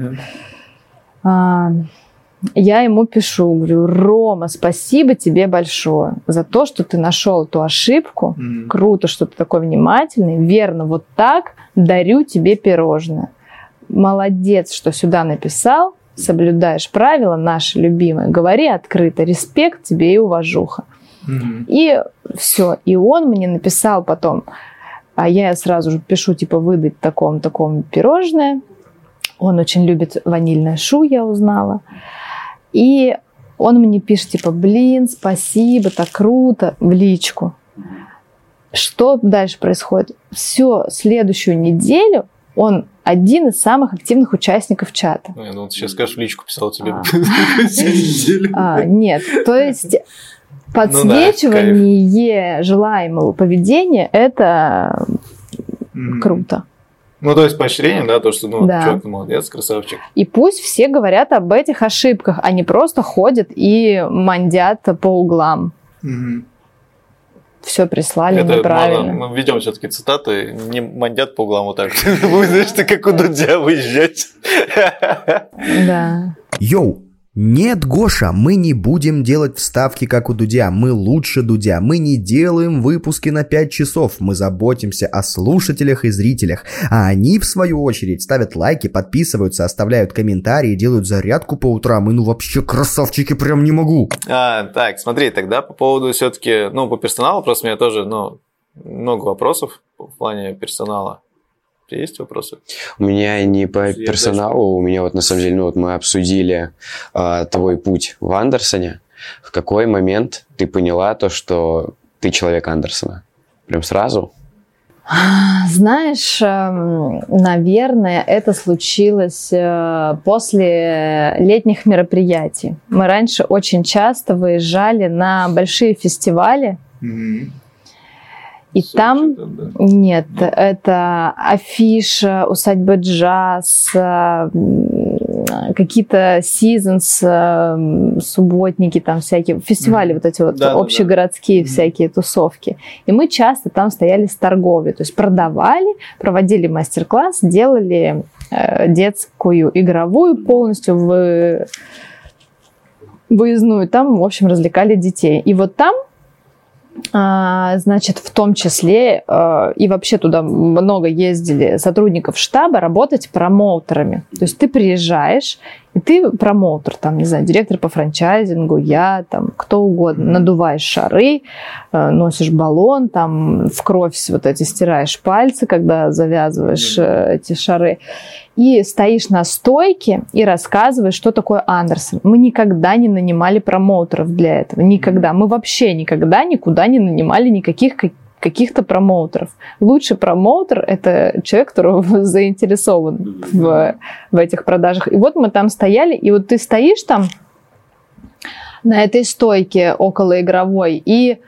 Я ему пишу, говорю: Рома, спасибо тебе большое за то, что ты нашел эту ошибку. Круто, что ты такой внимательный. Верно, вот так дарю тебе пирожное. Молодец, что сюда написал. Соблюдаешь правила наши любимые. Говори открыто. Респект тебе и уважуха. И все. И он мне написал потом. А я сразу же пишу, типа, выдать такому пирожное. Он очень любит ванильное шу, я узнала. И он мне пишет, типа: блин, спасибо, так круто, в личку. Что дальше происходит? Всю следующую неделю он один из самых активных участников чата. Ты сейчас скажешь, в личку писал тебе. Нет, то есть подсвечивание желаемого поведения – это круто. То есть поощрение, да, то, что, чувак, ты молодец, красавчик. И пусть все говорят об этих ошибках, а не просто ходят и мандят по углам. Все прислали неправильно. Мы введем все-таки цитаты, не мандят по углам вот так. Вы знаете, как у Дудя выезжать. Да. Йоу! Нет, Гоша, мы не будем делать вставки, как у Дудя. Мы лучше Дудя. Мы не делаем выпуски на 5 часов. Мы заботимся о слушателях и зрителях. А они, в свою очередь, ставят лайки, подписываются, оставляют комментарии, делают зарядку по утрам. И вообще красавчики, прям не могу. Так, смотри, тогда по поводу все-таки, по персоналу, просто у меня тоже, много вопросов в плане персонала. Есть вопросы? У меня не по персоналу, у меня на самом деле, мы обсудили твой путь в Андерсоне. В какой момент ты поняла то, что ты человек Андерсона? Прям сразу? Знаешь, наверное, это случилось после летних мероприятий. Мы раньше очень часто выезжали на большие фестивали. И там, нет, это Афиша, Усадьба Джаз, какие-то Seasons, субботники, там всякие, фестивали вот эти общегородские всякие тусовки. И мы часто там стояли с торговлей, то есть продавали, проводили мастер-класс, делали детскую игровую полностью выездную, там, в общем, развлекали детей. И вот там, значит, в том числе и вообще туда много ездили сотрудников штаба работать промоутерами. То есть ты приезжаешь, и ты промоутер, там, не знаю, директор по франчайзингу, я, там, кто угодно, надуваешь шары, носишь баллон, там, в кровь вот эти стираешь пальцы, когда завязываешь эти шары, и стоишь на стойке и рассказываешь, что такое Андерсон. Мы никогда не нанимали промоутеров для этого, никогда. Мы вообще никогда никуда не нанимали никаких каких-то промоутеров. Лучший промоутер – это человек, который заинтересован в этих продажах. И вот мы там стояли, и вот ты стоишь там на этой стойке околоигровой, и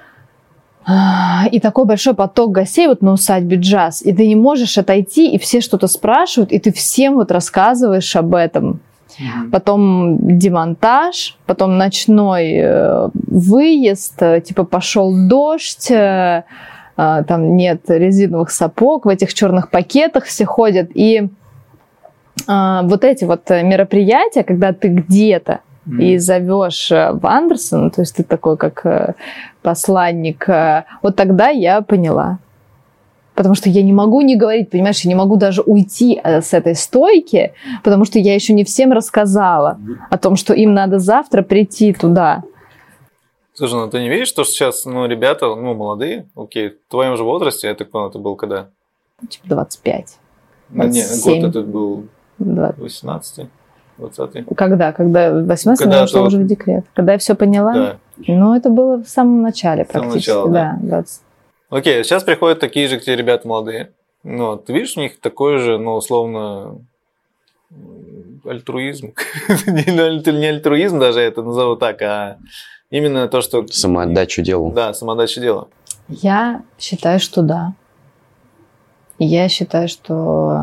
такой большой поток гостей вот на усадьбе Джаз, и ты не можешь отойти, и все что-то спрашивают, и ты всем вот рассказываешь об этом. потом демонтаж, потом ночной выезд, типа пошел дождь, там нет резиновых сапог, в этих черных пакетах все ходят. И вот эти вот мероприятия, когда ты где-то и зовешь в Андерсон, то есть ты такой как посланник, вот тогда я поняла. Потому что я не могу не говорить, понимаешь, я не могу даже уйти с этой стойки, потому что я еще не всем рассказала о том, что им надо завтра прийти туда. Слушай, ну ты не видишь, что сейчас, ребята, молодые, окей, в твоем же возрасте, я так понял, это был когда? Типа 25. Нет, год этот был 18, 20. Когда? Когда 18, я ушла уже в декрет. Когда я все поняла? Да. Ну, это было в самом начале практически. Начала, да, 20. Окей, сейчас приходят такие же к тебе ребята молодые. Ты видишь у них такой же, условно, альтруизм? Не альтруизм даже это назову так, а именно то, что... Самоотдачу делу. Да, самоотдачу делу. Я считаю, что да. Я считаю, что...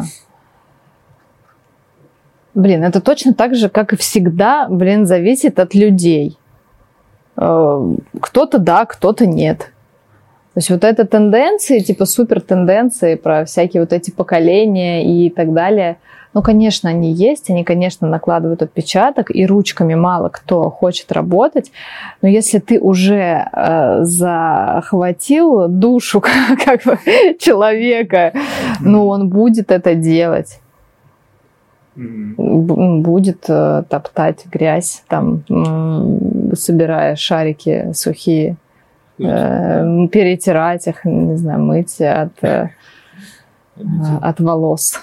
это точно так же, как и всегда, зависит от людей. Кто-то да, кто-то нет. То есть вот это тенденции, типа супер тенденции про всякие вот эти поколения и так далее, конечно, они есть, они, конечно, накладывают отпечаток, и ручками мало кто хочет работать, но если ты уже захватил душу как бы человека, он будет это делать. Будет топтать грязь, там, собирая шарики сухие, перетирать их, не знаю, мыть от волос.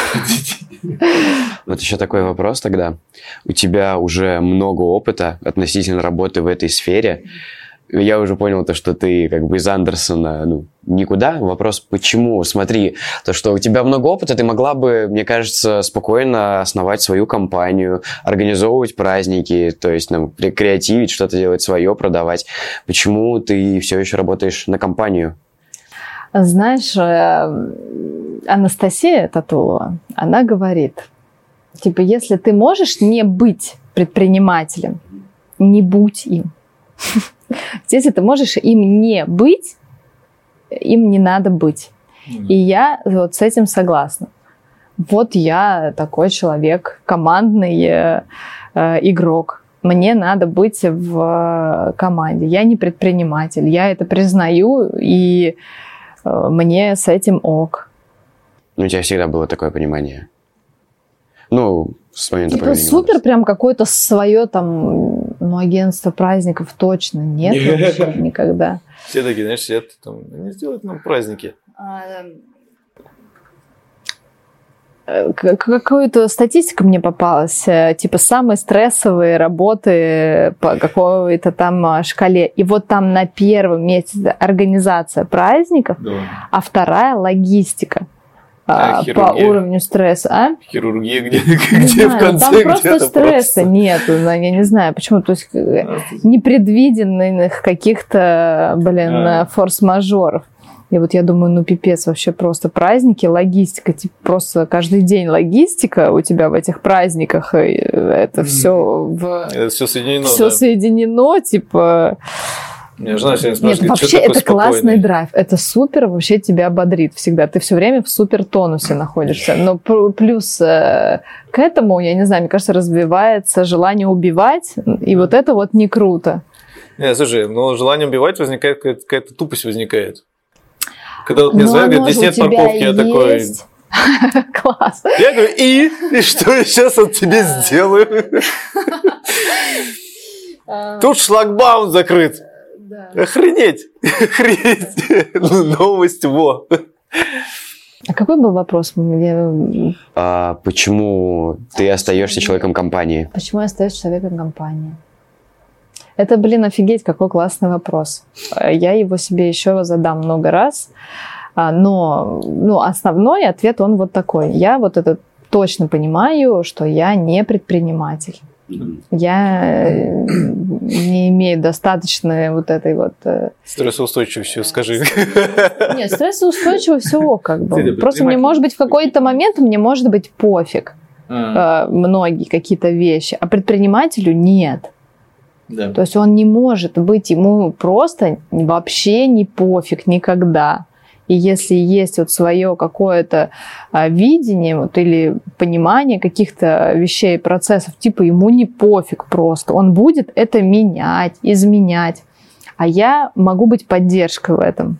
Вот еще такой вопрос тогда. У тебя уже много опыта относительно работы в этой сфере. Я уже понял, что ты как бы из Андерсона никуда. Вопрос, почему? Смотри, то, что у тебя много опыта, ты могла бы, мне кажется, спокойно основать свою компанию, организовывать праздники, то есть креативить, что-то делать свое, продавать. Почему ты все еще работаешь на компанию? Знаешь, Анастасия Татулова, она говорит, если ты можешь не быть предпринимателем, не будь им. Если ты можешь им не быть, им не надо быть. И я вот с этим согласна. Вот я такой человек, командный игрок. Мне надо быть в команде. Я не предприниматель. Я это признаю, и мне с этим ок. У тебя всегда было такое понимание? С момента проведения. Супер, прям какое-то свое там, агентство праздников точно нет вообще никогда. Все такие, знаешь, сидят там, не сделают нам праздники. Какая-то статистика мне попалась, самые стрессовые работы по какой-то там шкале. И вот там на первом месте организация праздников, а вторая логистика. По уровню стресса, Хирургия где в конце? Там просто стресса нет, я не знаю, почему, то есть непредвиденных каких-то, форс-мажоров. И вот я думаю, пипец, вообще просто праздники, логистика, просто каждый день логистика у тебя в этих праздниках, это все это все соединено. Все соединено, Меня жена сегодня спрашивает, нет, вообще это классный драйв, это супер, вообще тебя бодрит всегда. Ты все время в супер тонусе находишься. Но плюс к этому, я не знаю, мне кажется, развивается желание убивать, и вот это вот не круто. Слушай, желание убивать возникает, какая-то тупость возникает. Когда мне звонят, говорят, здесь нет парковки, я такой... Класс. Я говорю, и что я сейчас от тебя сделаю? Тут шлагбаум закрыт. Да. Охренеть! Новость, во! А какой был вопрос? Почему ты остаешься человеком компании? Почему я остаюсь человеком компании? Это, офигеть, какой классный вопрос. Я его себе еще задам много раз. Но основной ответ, он вот такой. Я вот это точно понимаю, что я не предприниматель. Я не имею достаточной вот этой вот... Стрессоустойчивостью, скажи. Нет, стрессоустойчиво все как бы. Просто мне может быть в какой-то момент, мне может быть пофиг. многие какие-то вещи, а предпринимателю нет. Да. То есть он не может быть, ему просто вообще не пофиг никогда. И если есть вот свое какое-то видение вот, или понимание каких-то вещей, процессов, типа ему не пофиг просто, он будет это менять, изменять. А я могу быть поддержкой в этом.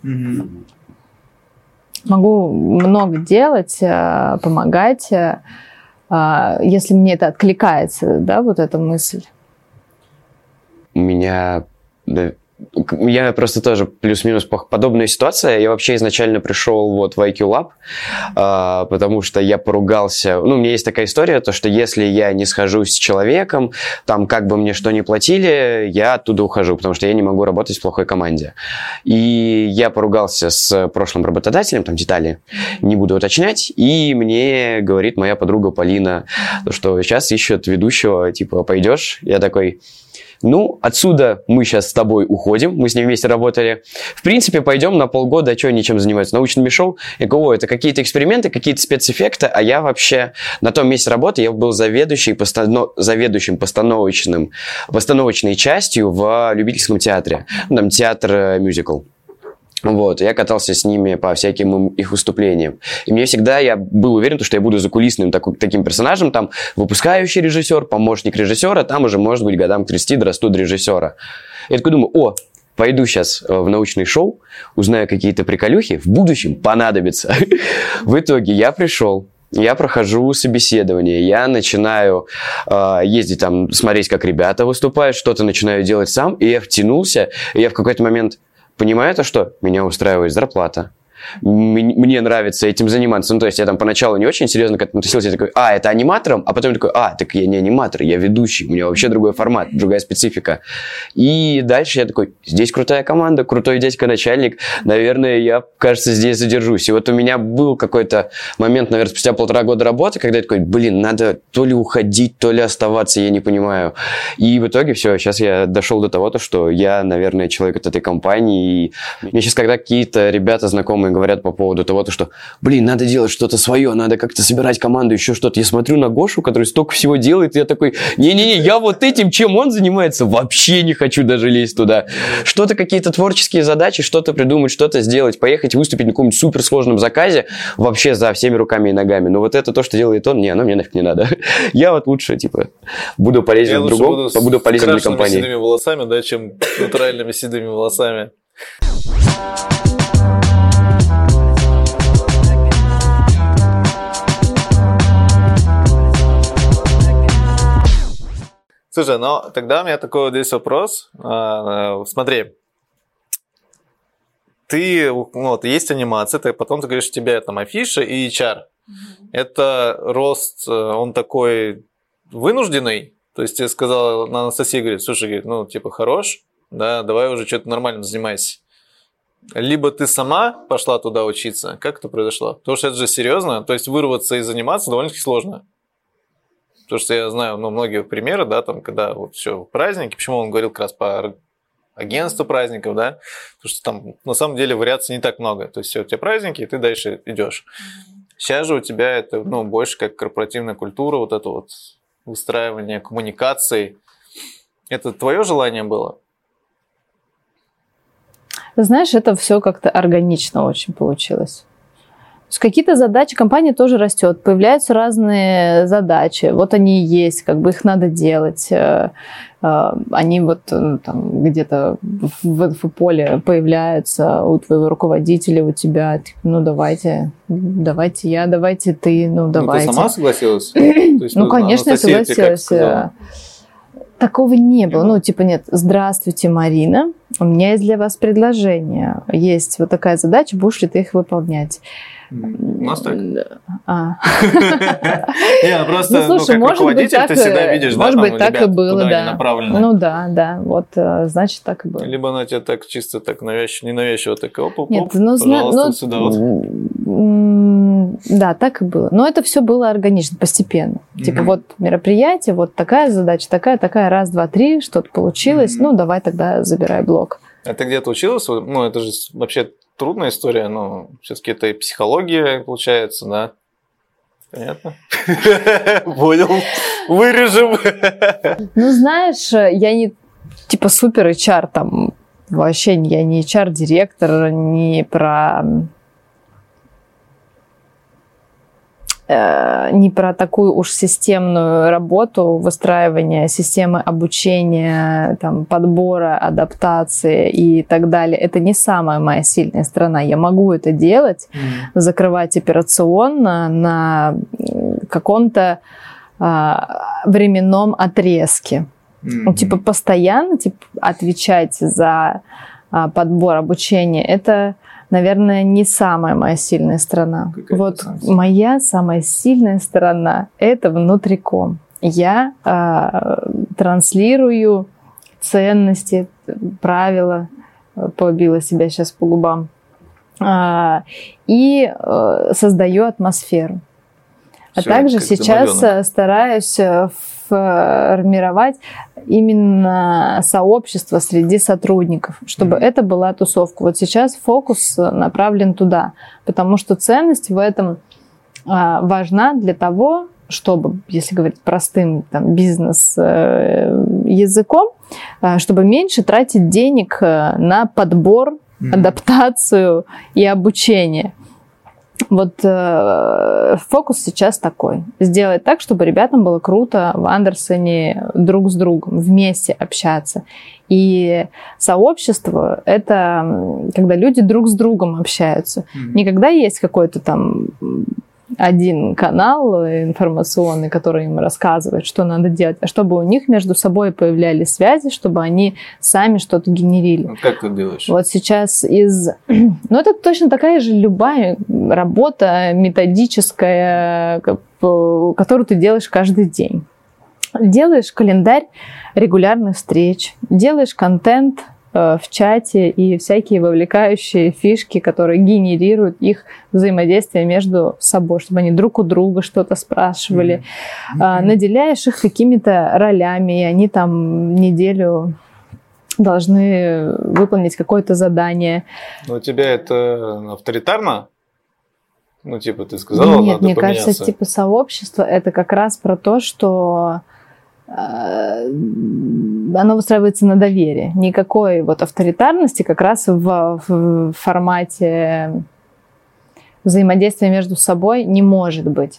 Могу много делать, помогать, если мне это откликается, да, вот эта мысль. У меня просто тоже плюс-минус подобная ситуация. Я вообще изначально пришел вот в IQ Lab, потому что я поругался. Ну, у меня есть такая история, то, что если я не схожусь с человеком, там, как бы мне что ни платили, я оттуда ухожу, потому что я не могу работать в плохой команде. И я поругался с прошлым работодателем, там детали не буду уточнять, и мне говорит моя подруга Полина, что сейчас ищут ведущего, типа, пойдешь? Я такой... Ну, отсюда мы сейчас с тобой уходим, мы с ним вместе работали. В принципе, пойдем на полгода, а что они чем занимаются? Научными шоу? Я говорю, это какие-то эксперименты, какие-то спецэффекты, а я вообще на том месте работы, я был заведующим постановочной частью в любительском театре. Ну, там театр-мюзикл. Вот, я катался с ними по всяким их выступлениям. И мне всегда, я был уверен, что я буду закулисным таким персонажем, там, выпускающий режиссер, помощник режиссера, там уже, может быть, годам к 30 дорасту до режиссера. Я такой думаю, пойду сейчас в научное шоу, узнаю какие-то приколюхи, в будущем понадобится. В итоге я пришел. Я прохожу собеседование, я начинаю ездить там, смотреть, как ребята выступают, что-то начинаю делать сам, и я втянулся, и я в какой-то момент... Понимаю то, что меня устраивает зарплата. Мне нравится этим заниматься. Ну, то есть я там поначалу не очень серьезно к этому относился. Я такой, это аниматором? А потом я такой, так я не аниматор, я ведущий. У меня вообще другой формат, другая специфика. И дальше я такой, здесь крутая команда, крутой дядька-начальник. Наверное, я, кажется, здесь задержусь. И вот у меня был какой-то момент, наверное, спустя 1,5 года работы, когда я такой, надо то ли уходить, то ли оставаться, я не понимаю. И в итоге все, сейчас я дошел до того, что я, наверное, человек от этой компании. И мне сейчас, когда какие-то ребята знакомые говорят по поводу того, что, надо делать что-то свое, надо как-то собирать команду, еще что-то. Я смотрю на Гошу, который столько всего делает, и я такой, не-не-не, я вот этим, чем он занимается, вообще не хочу даже лезть туда. Что-то, какие-то творческие задачи, что-то придумать, что-то сделать, поехать выступить на каком-нибудь суперсложном заказе, вообще за всеми руками и ногами. Но вот это то, что делает он, оно мне нафиг не надо. Я вот лучше, буду полезен другому, буду полезен для компании. С седыми волосами, да, чем натуральными седыми волосами. Слушай, тогда у меня такой вот здесь вопрос. Смотри, есть анимация, потом ты говоришь, у тебя там афиша и HR. Это рост, он такой вынужденный? То есть тебе сказала Анастасия, говорит, слушай, хорош, да, давай уже что-то нормально занимайся. Либо ты сама пошла туда учиться, как это произошло? Потому что это же серьезно, то есть вырваться и заниматься довольно-таки сложно. Потому что я знаю многие примеры, да, там, когда вот все праздники, почему он говорил как раз по агентству праздников, да, потому что там на самом деле вариаций не так много. То есть все, у тебя праздники, и ты дальше идешь. Сейчас же у тебя это больше как корпоративная культура, вот это вот выстраивание коммуникаций. Это твое желание было? Знаешь, это все как-то органично очень получилось. То есть какие-то задачи, компания тоже растет, появляются разные задачи, вот они и есть, их надо делать. Они там где-то в инфополе появляются у твоего руководителя, у тебя, давайте я, давайте ты, давайте. Ты сама согласилась? Конечно, я согласилась. Такого не было. Нет, здравствуйте, Марина, у меня есть для вас предложение. Есть вот такая задача, будешь ли ты их выполнять? У нас так. Просто, слушай, как руководитель, ты всегда видишь, может быть, так и было, да. Они направлены. Да, вот, значит, так и было. Либо она тебе так чисто, так ненавязчиво, так оп, нет, пожалуйста, сюда вот. Да, так и было. Но это все было органично, постепенно. Вот мероприятие, вот такая задача, такая, раз, два, три, что-то получилось, давай тогда забирай блок. А ты где-то училась? Это же вообще трудная история, но все-таки это и психология, получается, да? Понятно. Понял. Вырежем. Ну, знаешь, я не типа супер HR там. Вообще я не HR-директор, не про такую уж системную работу выстраивания системы обучения, там, подбора, адаптации и так далее. Это не самая моя сильная сторона. Я могу это делать, закрывать операционно на каком-то временном отрезке. Ну, типа, постоянно отвечать за подбор обучения, это, наверное, не самая моя сильная сторона. Вот моя самая сильная сторона – это внутриком. Я транслирую ценности, правила, побила себя сейчас по губам, и создаю атмосферу. А также сейчас стараюсь формировать именно сообщество среди сотрудников, чтобы это была тусовка. Вот сейчас фокус направлен туда, потому что ценность в этом важна для того, чтобы, если говорить простым бизнес-языком, чтобы меньше тратить денег на подбор, адаптацию и обучение. Вот фокус сейчас такой. Сделать так, чтобы ребятам было круто в Андерсоне друг с другом, вместе общаться. И сообщество – это когда люди друг с другом общаются. Не когда есть какой-то там один канал информационный, который им рассказывает, что надо делать, а чтобы у них между собой появлялись связи, чтобы они сами что-то генерили. Как ты делаешь? Вот сейчас Ну, это точно такая же любая работа методическая, которую ты делаешь каждый день. Делаешь календарь регулярных встреч, делаешь контент в чате и всякие вовлекающие фишки, которые генерируют их взаимодействие между собой, чтобы они друг у друга что-то спрашивали. Наделяешь их какими-то ролями, и они там неделю должны выполнить какое-то задание. Но у тебя это авторитарно? Ну, типа, ты сказала, Нет, надо мне поменяться. кажется, типа сообщество – это как раз про то, что оно выстраивается на доверии. Никакой вот авторитарности как раз в формате взаимодействия между собой не может быть.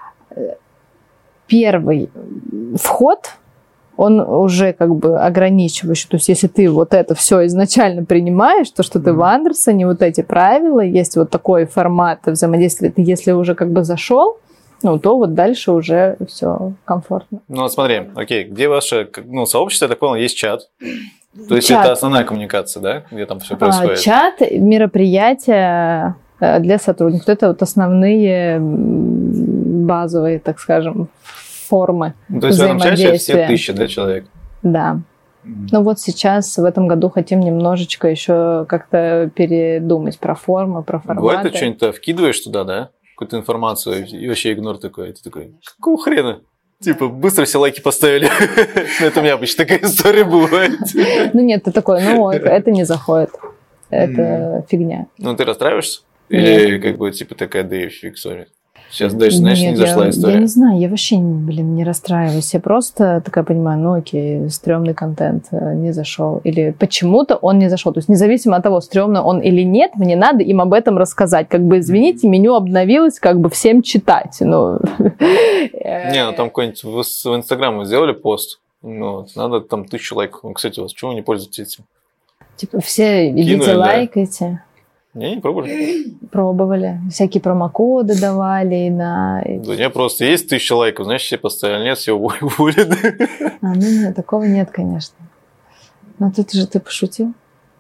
Первый вход, он уже как бы ограничивающий. То есть если ты вот это все изначально принимаешь, то, что ты в Андерсоне, вот эти правила, есть вот такой формат взаимодействия, ты если уже как бы зашел, ну, то вот дальше уже все комфортно. Ну, вот смотри, окей, где ваше сообщество, я так понял, есть чат. То есть это основная коммуникация, да? Где там все происходит? Чат, мероприятия для сотрудников. Это вот основные базовые, так скажем, формы то есть в этом чате все 1000, да, человек? Да. Ну вот сейчас, в этом году, хотим немножечко еще как-то передумать про формы, про форматы. Бывает, ты что-нибудь вкидываешь туда, да? Какую-то информацию, и вообще игнор такой. Ты такой, какого хрена? Типа, быстро все лайки поставили. Это у меня обычно такая история бывает. Ну нет, ты такой, это не заходит. Это фигня. Ну ты расстраиваешься? Или как бы типа такая, да и фиг, сори. Сейчас дальше, знаешь, не зашла история. Я не знаю, я вообще, не расстраиваюсь. Я просто такая понимаю, окей, стрёмный контент не зашел. Или почему-то он не зашел. То есть независимо от того, стрёмный он или нет, мне надо им об этом рассказать. Как бы, извините, меню обновилось, как бы всем читать. Не, там какой-нибудь в Инстаграме сделали пост. Надо там 1000 лайков. Кстати, вас чего вы не пользуетесь этим? Типа все идите лайкайте. Не пробовали? Пробовали. Всякие промокоды давали на... Да не, просто есть 1000 лайков, знаешь, все поставили, нет, все уволены. Нет, такого нет, конечно. Но тут же ты пошутил.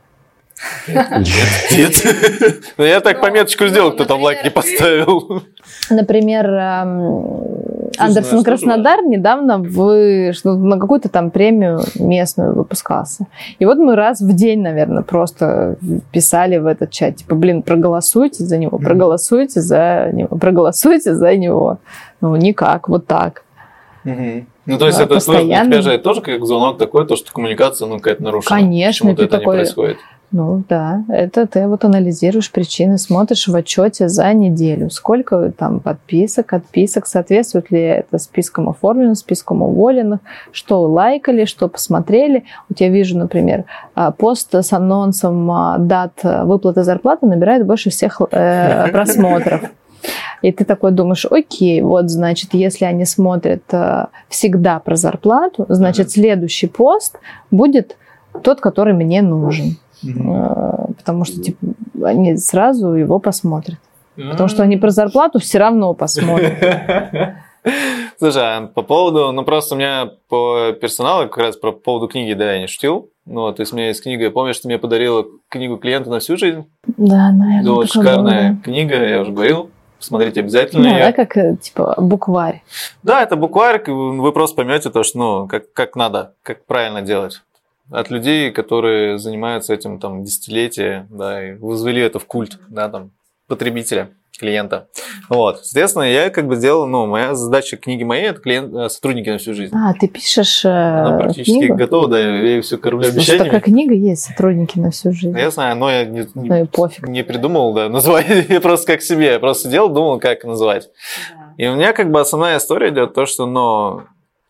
Нет. Ну, я так пометочку сделал, кто там лайк не поставил. Например, Андерсон Краснодар недавно на какую-то там премию местную выпускался. И вот мы раз в день, наверное, просто писали в этот чат, типа, проголосуйте за него, проголосуйте за него, проголосуйте за него. Ну, никак, вот так. Ну, то есть это постоянно... у тебя же тоже как звонок такой, то, что коммуникация, какая-то нарушена. Конечно, почему-то это не происходит. Ну да, это ты вот анализируешь причины, смотришь в отчете за неделю, сколько там подписок, отписок, соответствует ли это спискам оформленных, спискам уволенных, что лайкали, что посмотрели. Вот я вижу, например, пост с анонсом дат выплаты зарплаты набирает больше всех просмотров. И ты такой думаешь, окей, вот, значит, если они смотрят всегда про зарплату, значит, следующий пост будет тот, который мне нужен. Потому что, типа, они сразу его посмотрят. Потому что они про зарплату все равно посмотрят. Слушай, а по поводу, ну просто у меня по персоналу, как раз по поводу книги, да, я не шутил. Ну, вот, то есть у меня есть книга, помнишь, ты мне подарила книгу «Клиента на всю жизнь»? Да, наверное. Вот, шикарная книга, я уже говорил. Посмотрите обязательно. Да, как, типа, букварь. Да, это букварь, вы просто поймете то, что, ну, как надо, как правильно делать. От людей, которые занимаются этим там десятилетия, да, и возвели это в культ, да, там, потребителя, клиента. Вот. Соответственно, я как бы сделал, ну, моя задача книги моей – это сотрудники на всю жизнь. А, ты пишешь Она практически книгу? Готова, да, я ее все кормлю обещаниями. Такая книга есть, сотрудники на всю жизнь. Я знаю, но я не придумал, да, название, я просто как себе, я просто сидел, думал, как назвать. Да. И у меня как бы основная история идет то, что, ну,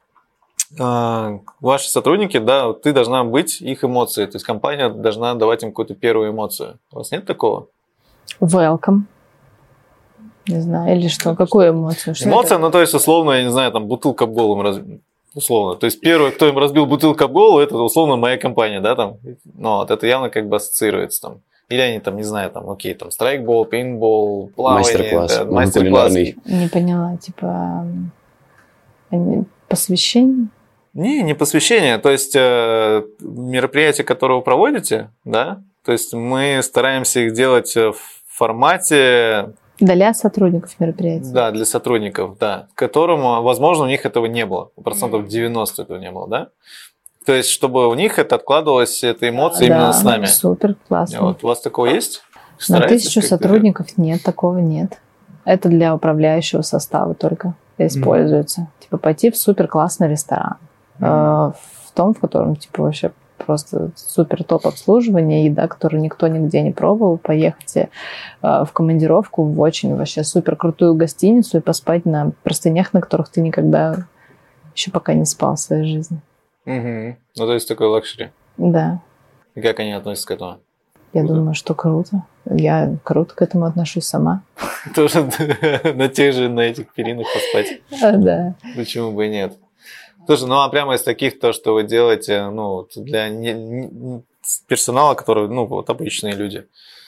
ваши сотрудники, да, ты должна быть их эмоцией, то есть компания должна давать им какую-то первую эмоцию. У вас нет такого? Welcome. Не знаю, или что, какую эмоцию? Что эмоция, это? Ну, то есть, условно, я не знаю, там, бутылка об голову условно. То есть, первый, кто им разбил бутылку об голову, это, условно, моя компания, да, там. Ну, вот это явно как бы ассоциируется там. Или они там, не знаю, там, окей, там, страйкбол, пейнтбол, плавание. Мастер-класс. Да, мастер-класс. Не поняла, типа, посвящение? Не посвящение. То есть, мероприятия, которые вы проводите, да, то есть, мы стараемся их делать в формате... Для сотрудников мероприятия. Да, для сотрудников, да. Которым, возможно, у них этого не было. Процентов 90 этого не было, да? То есть, чтобы у них это откладывалось, эта эмоция именно с нами. Супер, классно. Вот. У вас такого есть? На 1000 сотрудников нет, такого нет. Это для управляющего состава только используется. Типа пойти в супер классный ресторан. В том, в котором, типа, вообще просто супер топ обслуживание, еда, которую никто нигде не пробовал, поехать в командировку в очень вообще супер крутую гостиницу и поспать на простынях, на которых ты никогда еще пока не спал в своей жизни. Ну, то есть такой лакшери. Да. И как они относятся к этому? Я думаю, что круто. Я круто к этому отношусь сама. Тоже на этих перинах поспать? Да. Почему бы и нет? Слушай, ну а прямо из таких, то, что вы делаете, ну, для персонала, который, ну, вот обычные люди.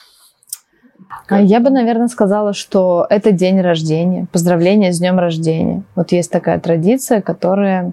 Я бы, наверное, сказала, что это день рождения, поздравление с днем рождения. Вот есть такая традиция, которая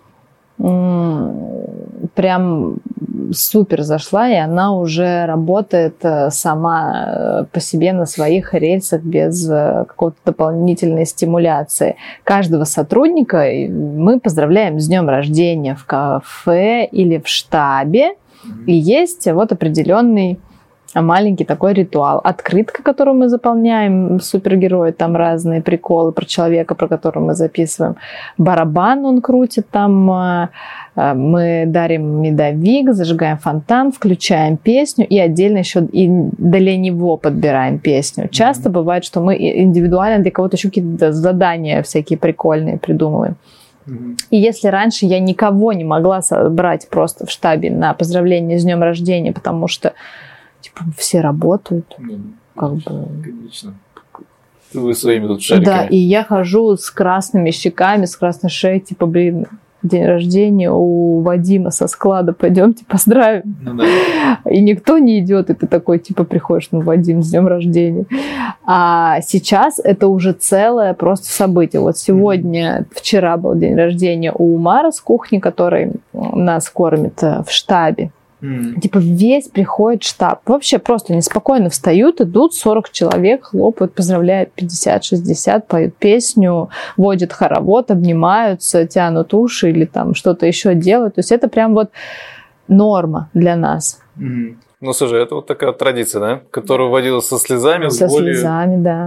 прям супер зашла, и она уже работает сама по себе на своих рельсах без какой-то дополнительной стимуляции. Каждого сотрудника мы поздравляем с днем рождения в кафе или в штабе, и есть вот определенный маленький такой ритуал. Открытка, которую мы заполняем, супергерои, там разные приколы про человека, про которого мы записываем. Барабан он крутит там, мы дарим медовик, зажигаем фонтан, включаем песню и отдельно еще и для него подбираем песню. Часто бывает, что мы индивидуально для кого-то еще какие-то задания всякие прикольные придумываем. И если раньше я никого не могла собрать просто в штабе на поздравление с днем рождения, потому что типа все работают, как бы... Конечно. Вы своими тут шариками. Да, и я хожу с красными щеками, с красной шеей, типа, блин, день рождения у Вадима со склада, пойдемте поздравим. Ну, да. И никто не идет, и ты такой, типа, приходишь, ну, Вадим, с днем рождения. А сейчас это уже целое просто событие. Вот сегодня, вчера был день рождения у Умара с кухни, который нас кормит в штабе. Типа весь приходит штаб. Вообще просто неспокойно встают, идут 40 человек, хлопают, поздравляют 50-60, поют песню, водят хоровод, обнимаются, тянут уши или там что-то еще делают. То есть это прям вот норма для нас. Ну, слушай, это вот такая традиция, да? Которая вводилась со слезами, со болью. Со слезами, да.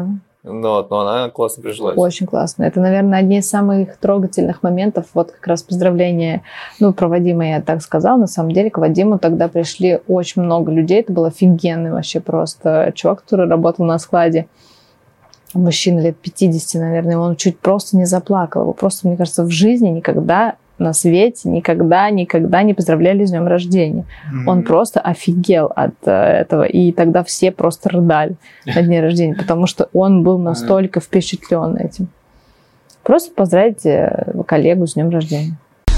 Но она классно прижилась. Очень классно. Это, наверное, одни из самых трогательных моментов. Вот как раз поздравления, про Вадима я так сказала. На самом деле к Вадиму тогда пришли очень много людей. Это был офигенный вообще просто чувак, который работал на складе. Мужчина лет 50, наверное. Он чуть просто не заплакал. Его просто, мне кажется, в жизни никогда на свете никогда не поздравляли с днем рождения. Он просто офигел от этого. И тогда все просто рыдали на дне рождения, потому что он был настолько впечатлен этим. Просто поздравите коллегу с днем рождения.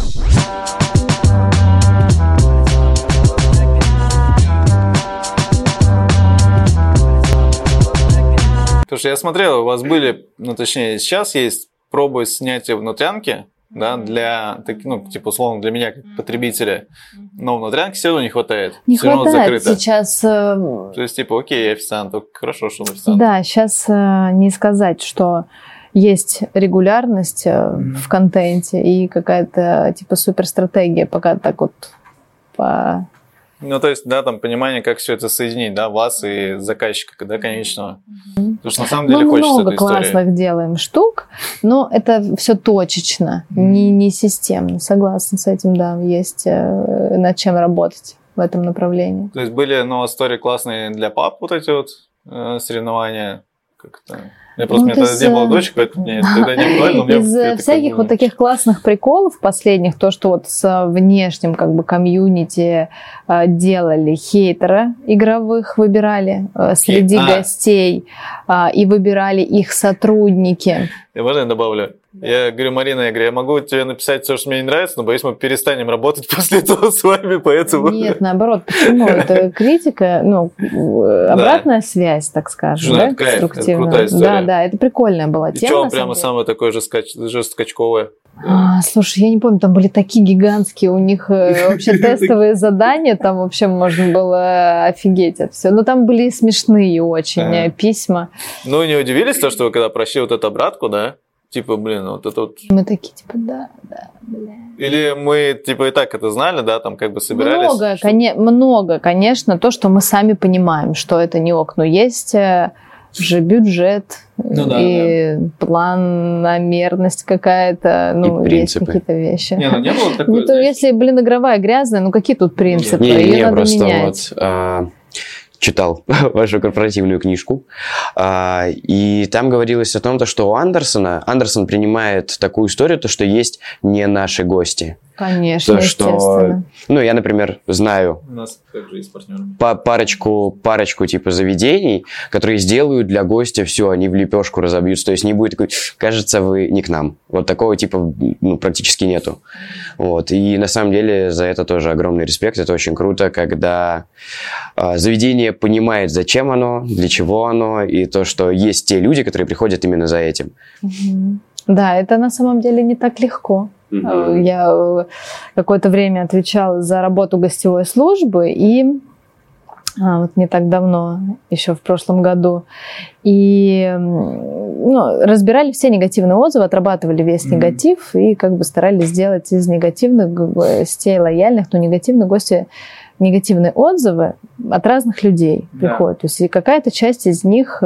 Потому что я смотрел, у вас были, точнее, сейчас есть пробы снятия внутрянки, да, для, условно, для меня, как потребителя. Но внутрянки все равно не хватает. Не все хватает равно закрыто. сейчас. То есть, окей, официант, хорошо, что он официант. Да, сейчас не сказать, что есть регулярность в контенте и какая-то, суперстратегия, пока так вот по... То есть, да, там понимание, как все это соединить, да, вас и заказчика, да, конечного. Потому что на самом деле хочется много этой истории. классных делаем штук, но это все точечно, не системно. Согласна с этим, да, есть над чем работать в этом направлении. То есть были новостории классные для пап, вот эти вот соревнования, как-то... Я просто, у меня тогда не было дочек, поэтому мне тогда не актуально. Из всяких вот таких классных приколов последних, то, что вот с внешним комьюнити делали хейтера игровых, выбирали среди гостей и выбирали их сотрудники. Можно я добавлю? Я говорю, Марина, я могу тебе написать все, что мне не нравится, но боюсь, мы перестанем работать после этого с вами, поэтому... Нет, наоборот, почему? Это критика, обратная связь, так скажем, да, конструктивная. Это крутая история. Да, это прикольная была тема. И что прямо самое такое жесткачковое? Слушай, я не помню, там были такие гигантские у них вообще тестовые задания, там вообще можно было офигеть от всего. Но там были смешные очень письма. Не удивились то, что вы когда прошли вот эту обратку, да? Вот это вот... Мы такие, бля. Или мы, и так это знали, да, там собирались? Много, конечно, то, что мы сами понимаем, что это не ок, но есть же бюджет и планомерность какая-то, есть какие-то вещи. Не было такого? Если, игровая грязная, какие тут принципы? Ее надо менять. Читал вашу корпоративную книжку, и там говорилось о том, что у Андерсон принимает такую историю, что есть не наши гости. Конечно, естественно. Я, например, знаю у нас также есть партнеры. парочку заведений, которые сделают для гостя все, они в лепешку разобьются. То есть не будет такой, кажется, вы не к нам. Вот такого практически нету. И на самом деле за это тоже огромный респект. Это очень круто, когда заведение понимает, зачем оно, для чего оно, и то, что есть те люди, которые приходят именно за этим. Да, это на самом деле не так легко. Я какое-то время отвечала за работу гостевой службы, и не так давно, еще в прошлом году, и разбирали все негативные отзывы, отрабатывали весь негатив, и старались сделать из негативных гостей лояльных, но негативные отзывы от разных людей приходят. То есть и какая-то часть из них...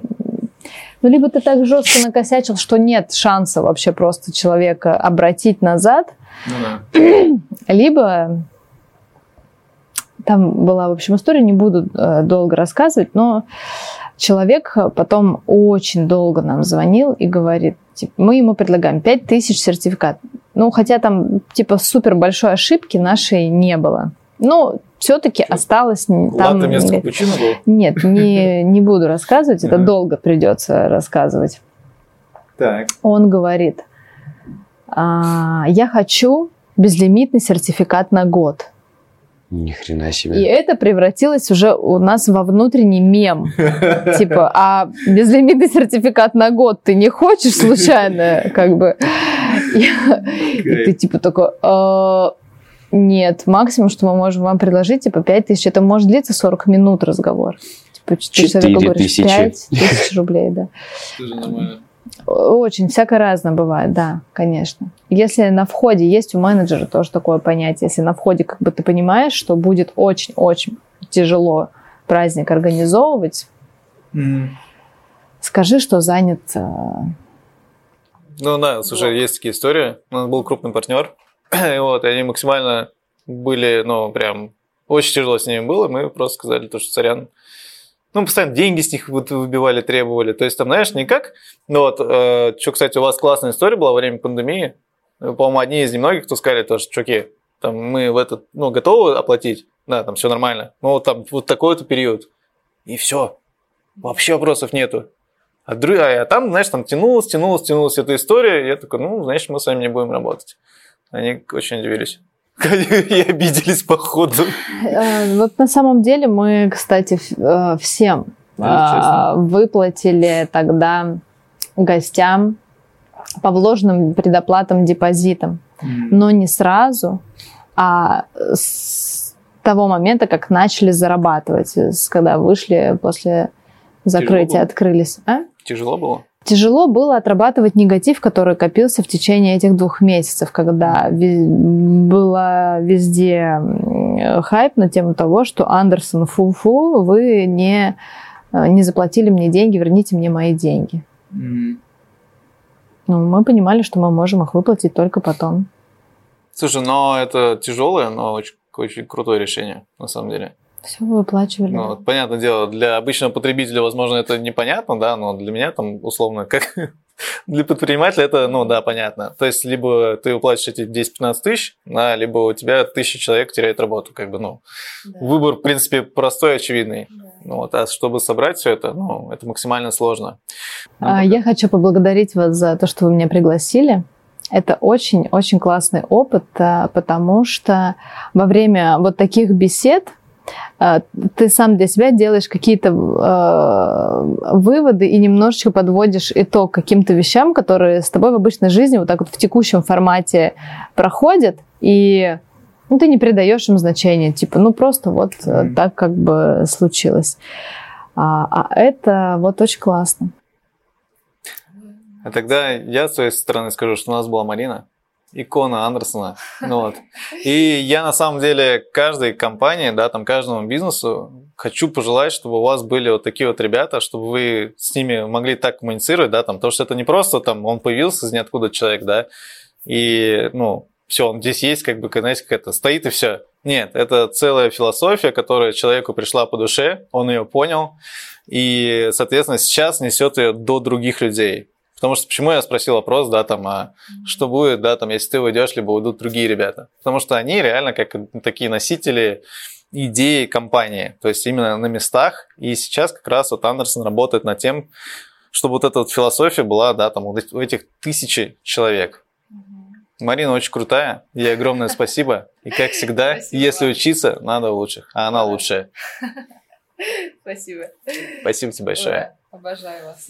либо ты так жестко накосячил, что нет шанса вообще просто человека обратить назад, либо там была, в общем, история, не буду долго рассказывать, но человек потом очень долго нам звонил и говорит, мы ему предлагаем 5000 сертификат. Хотя там супер большой ошибки нашей не было. Все-таки осталось... Латте вместо капучино было? Нет, не буду рассказывать, это долго придется рассказывать. Так. Он говорит, я хочу безлимитный сертификат на год. Ни хрена себе. И это превратилось уже у нас во внутренний мем. А безлимитный сертификат на год ты не хочешь случайно? И ты такой... Нет, максимум, что мы можем вам предложить, 5000. Это может длиться 40 минут разговор. 4000. 5000 рублей, да. Это нормально. Очень всякое разное бывает, да, конечно. Если на входе есть у менеджера тоже такое понятие, если на входе ты понимаешь, что будет очень-очень тяжело праздник организовывать, с скажи, что занят. Ну да, слушай, есть такие истории. У нас был крупный партнер, и вот, и они максимально были, ну, прям, очень тяжело с ними было, мы просто сказали, то, что сорян. Ну, постоянно деньги с них выбивали, требовали. То есть, там, знаешь, никак. Ну, вот, что, кстати, у вас классная история была во время пандемии. По-моему, одни из немногих, кто сказали, то, что, чуваки, там, мы в этот, ну, готовы оплатить, да, там, все нормально. Ну, вот там, вот такой-то период. И все. Вообще вопросов нету. А там, знаешь, там тянулась эта история, и я такой, ну, значит, мы с вами не будем работать. Они очень удивились. И обиделись, походу. Вот на самом деле мы, кстати, всем выплатили тогда гостям по вложенным предоплатам депозитам. Но не сразу, а с того момента, как начали зарабатывать, когда вышли после закрытия, открылись. Тяжело было? Тяжело было отрабатывать негатив, который копился в течение этих 2 месяцев, когда было везде хайп на тему того, что Андерсон, фу-фу, вы не заплатили мне деньги, верните мне мои деньги. Ну, мы понимали, что мы можем их выплатить только потом. Слушай, но это тяжелое, но очень, очень крутое решение, на самом деле. Все выплачивали. Ну, понятное дело, для обычного потребителя, возможно, это непонятно, да, но для меня там, условно, как для предпринимателя это, ну, да, понятно. То есть, либо ты уплатишь эти 10-15 тысяч, да, либо у тебя 1000 человек теряет работу, как бы, ну. Да. Выбор, в принципе, простой, очевидный. Да. Ну, вот, а чтобы собрать все это, ну, это максимально сложно. Я хочу поблагодарить вас за то, что вы меня пригласили. Это очень-очень классный опыт, потому что во время вот таких бесед ты сам для себя делаешь какие-то выводы и немножечко подводишь итог каким-то вещам, которые с тобой в обычной жизни вот так вот в текущем формате проходят, и ну, ты не придаешь им значения, типа, ну просто вот так как бы случилось. А это вот очень классно. А тогда я с своей стороны скажу, что у нас была Марина, икона Андерсона. Ну, вот. И я на самом деле каждой компании, да, там, каждому бизнесу хочу пожелать, чтобы у вас были вот такие вот ребята, чтобы вы с ними могли так коммуницировать, да, там, потому что это не просто там он появился из ниоткуда человек, да, и, ну, все, он здесь есть, как бы, знаете, как это, стоит и все. Нет, это целая философия, которая человеку пришла по душе, он ее понял, и, соответственно, сейчас несет ее до других людей. Потому что почему я спросил вопрос, да, там, а что будет, да, там, если ты уйдешь, либо уйдут другие ребята. Потому что они реально как такие носители идеи компании, то есть именно на местах. И сейчас как раз вот Андерсон работает над тем, чтобы вот эта вот философия была, да, там, у этих 1000 человек. Марина очень крутая, ей огромное спасибо. И как всегда, если учиться, надо у лучших, а она лучшая. Спасибо. Спасибо тебе большое. Обожаю вас.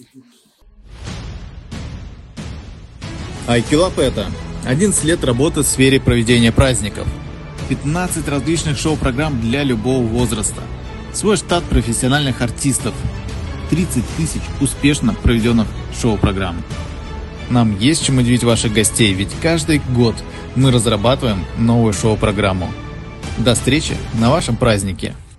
IQ-Lab это 11 лет работы в сфере проведения праздников, 15 различных шоу-программ для любого возраста, свой штат профессиональных артистов, 30 000 успешно проведенных шоу-программ. Нам есть чем удивить ваших гостей, ведь каждый год мы разрабатываем новую шоу-программу. До встречи на вашем празднике!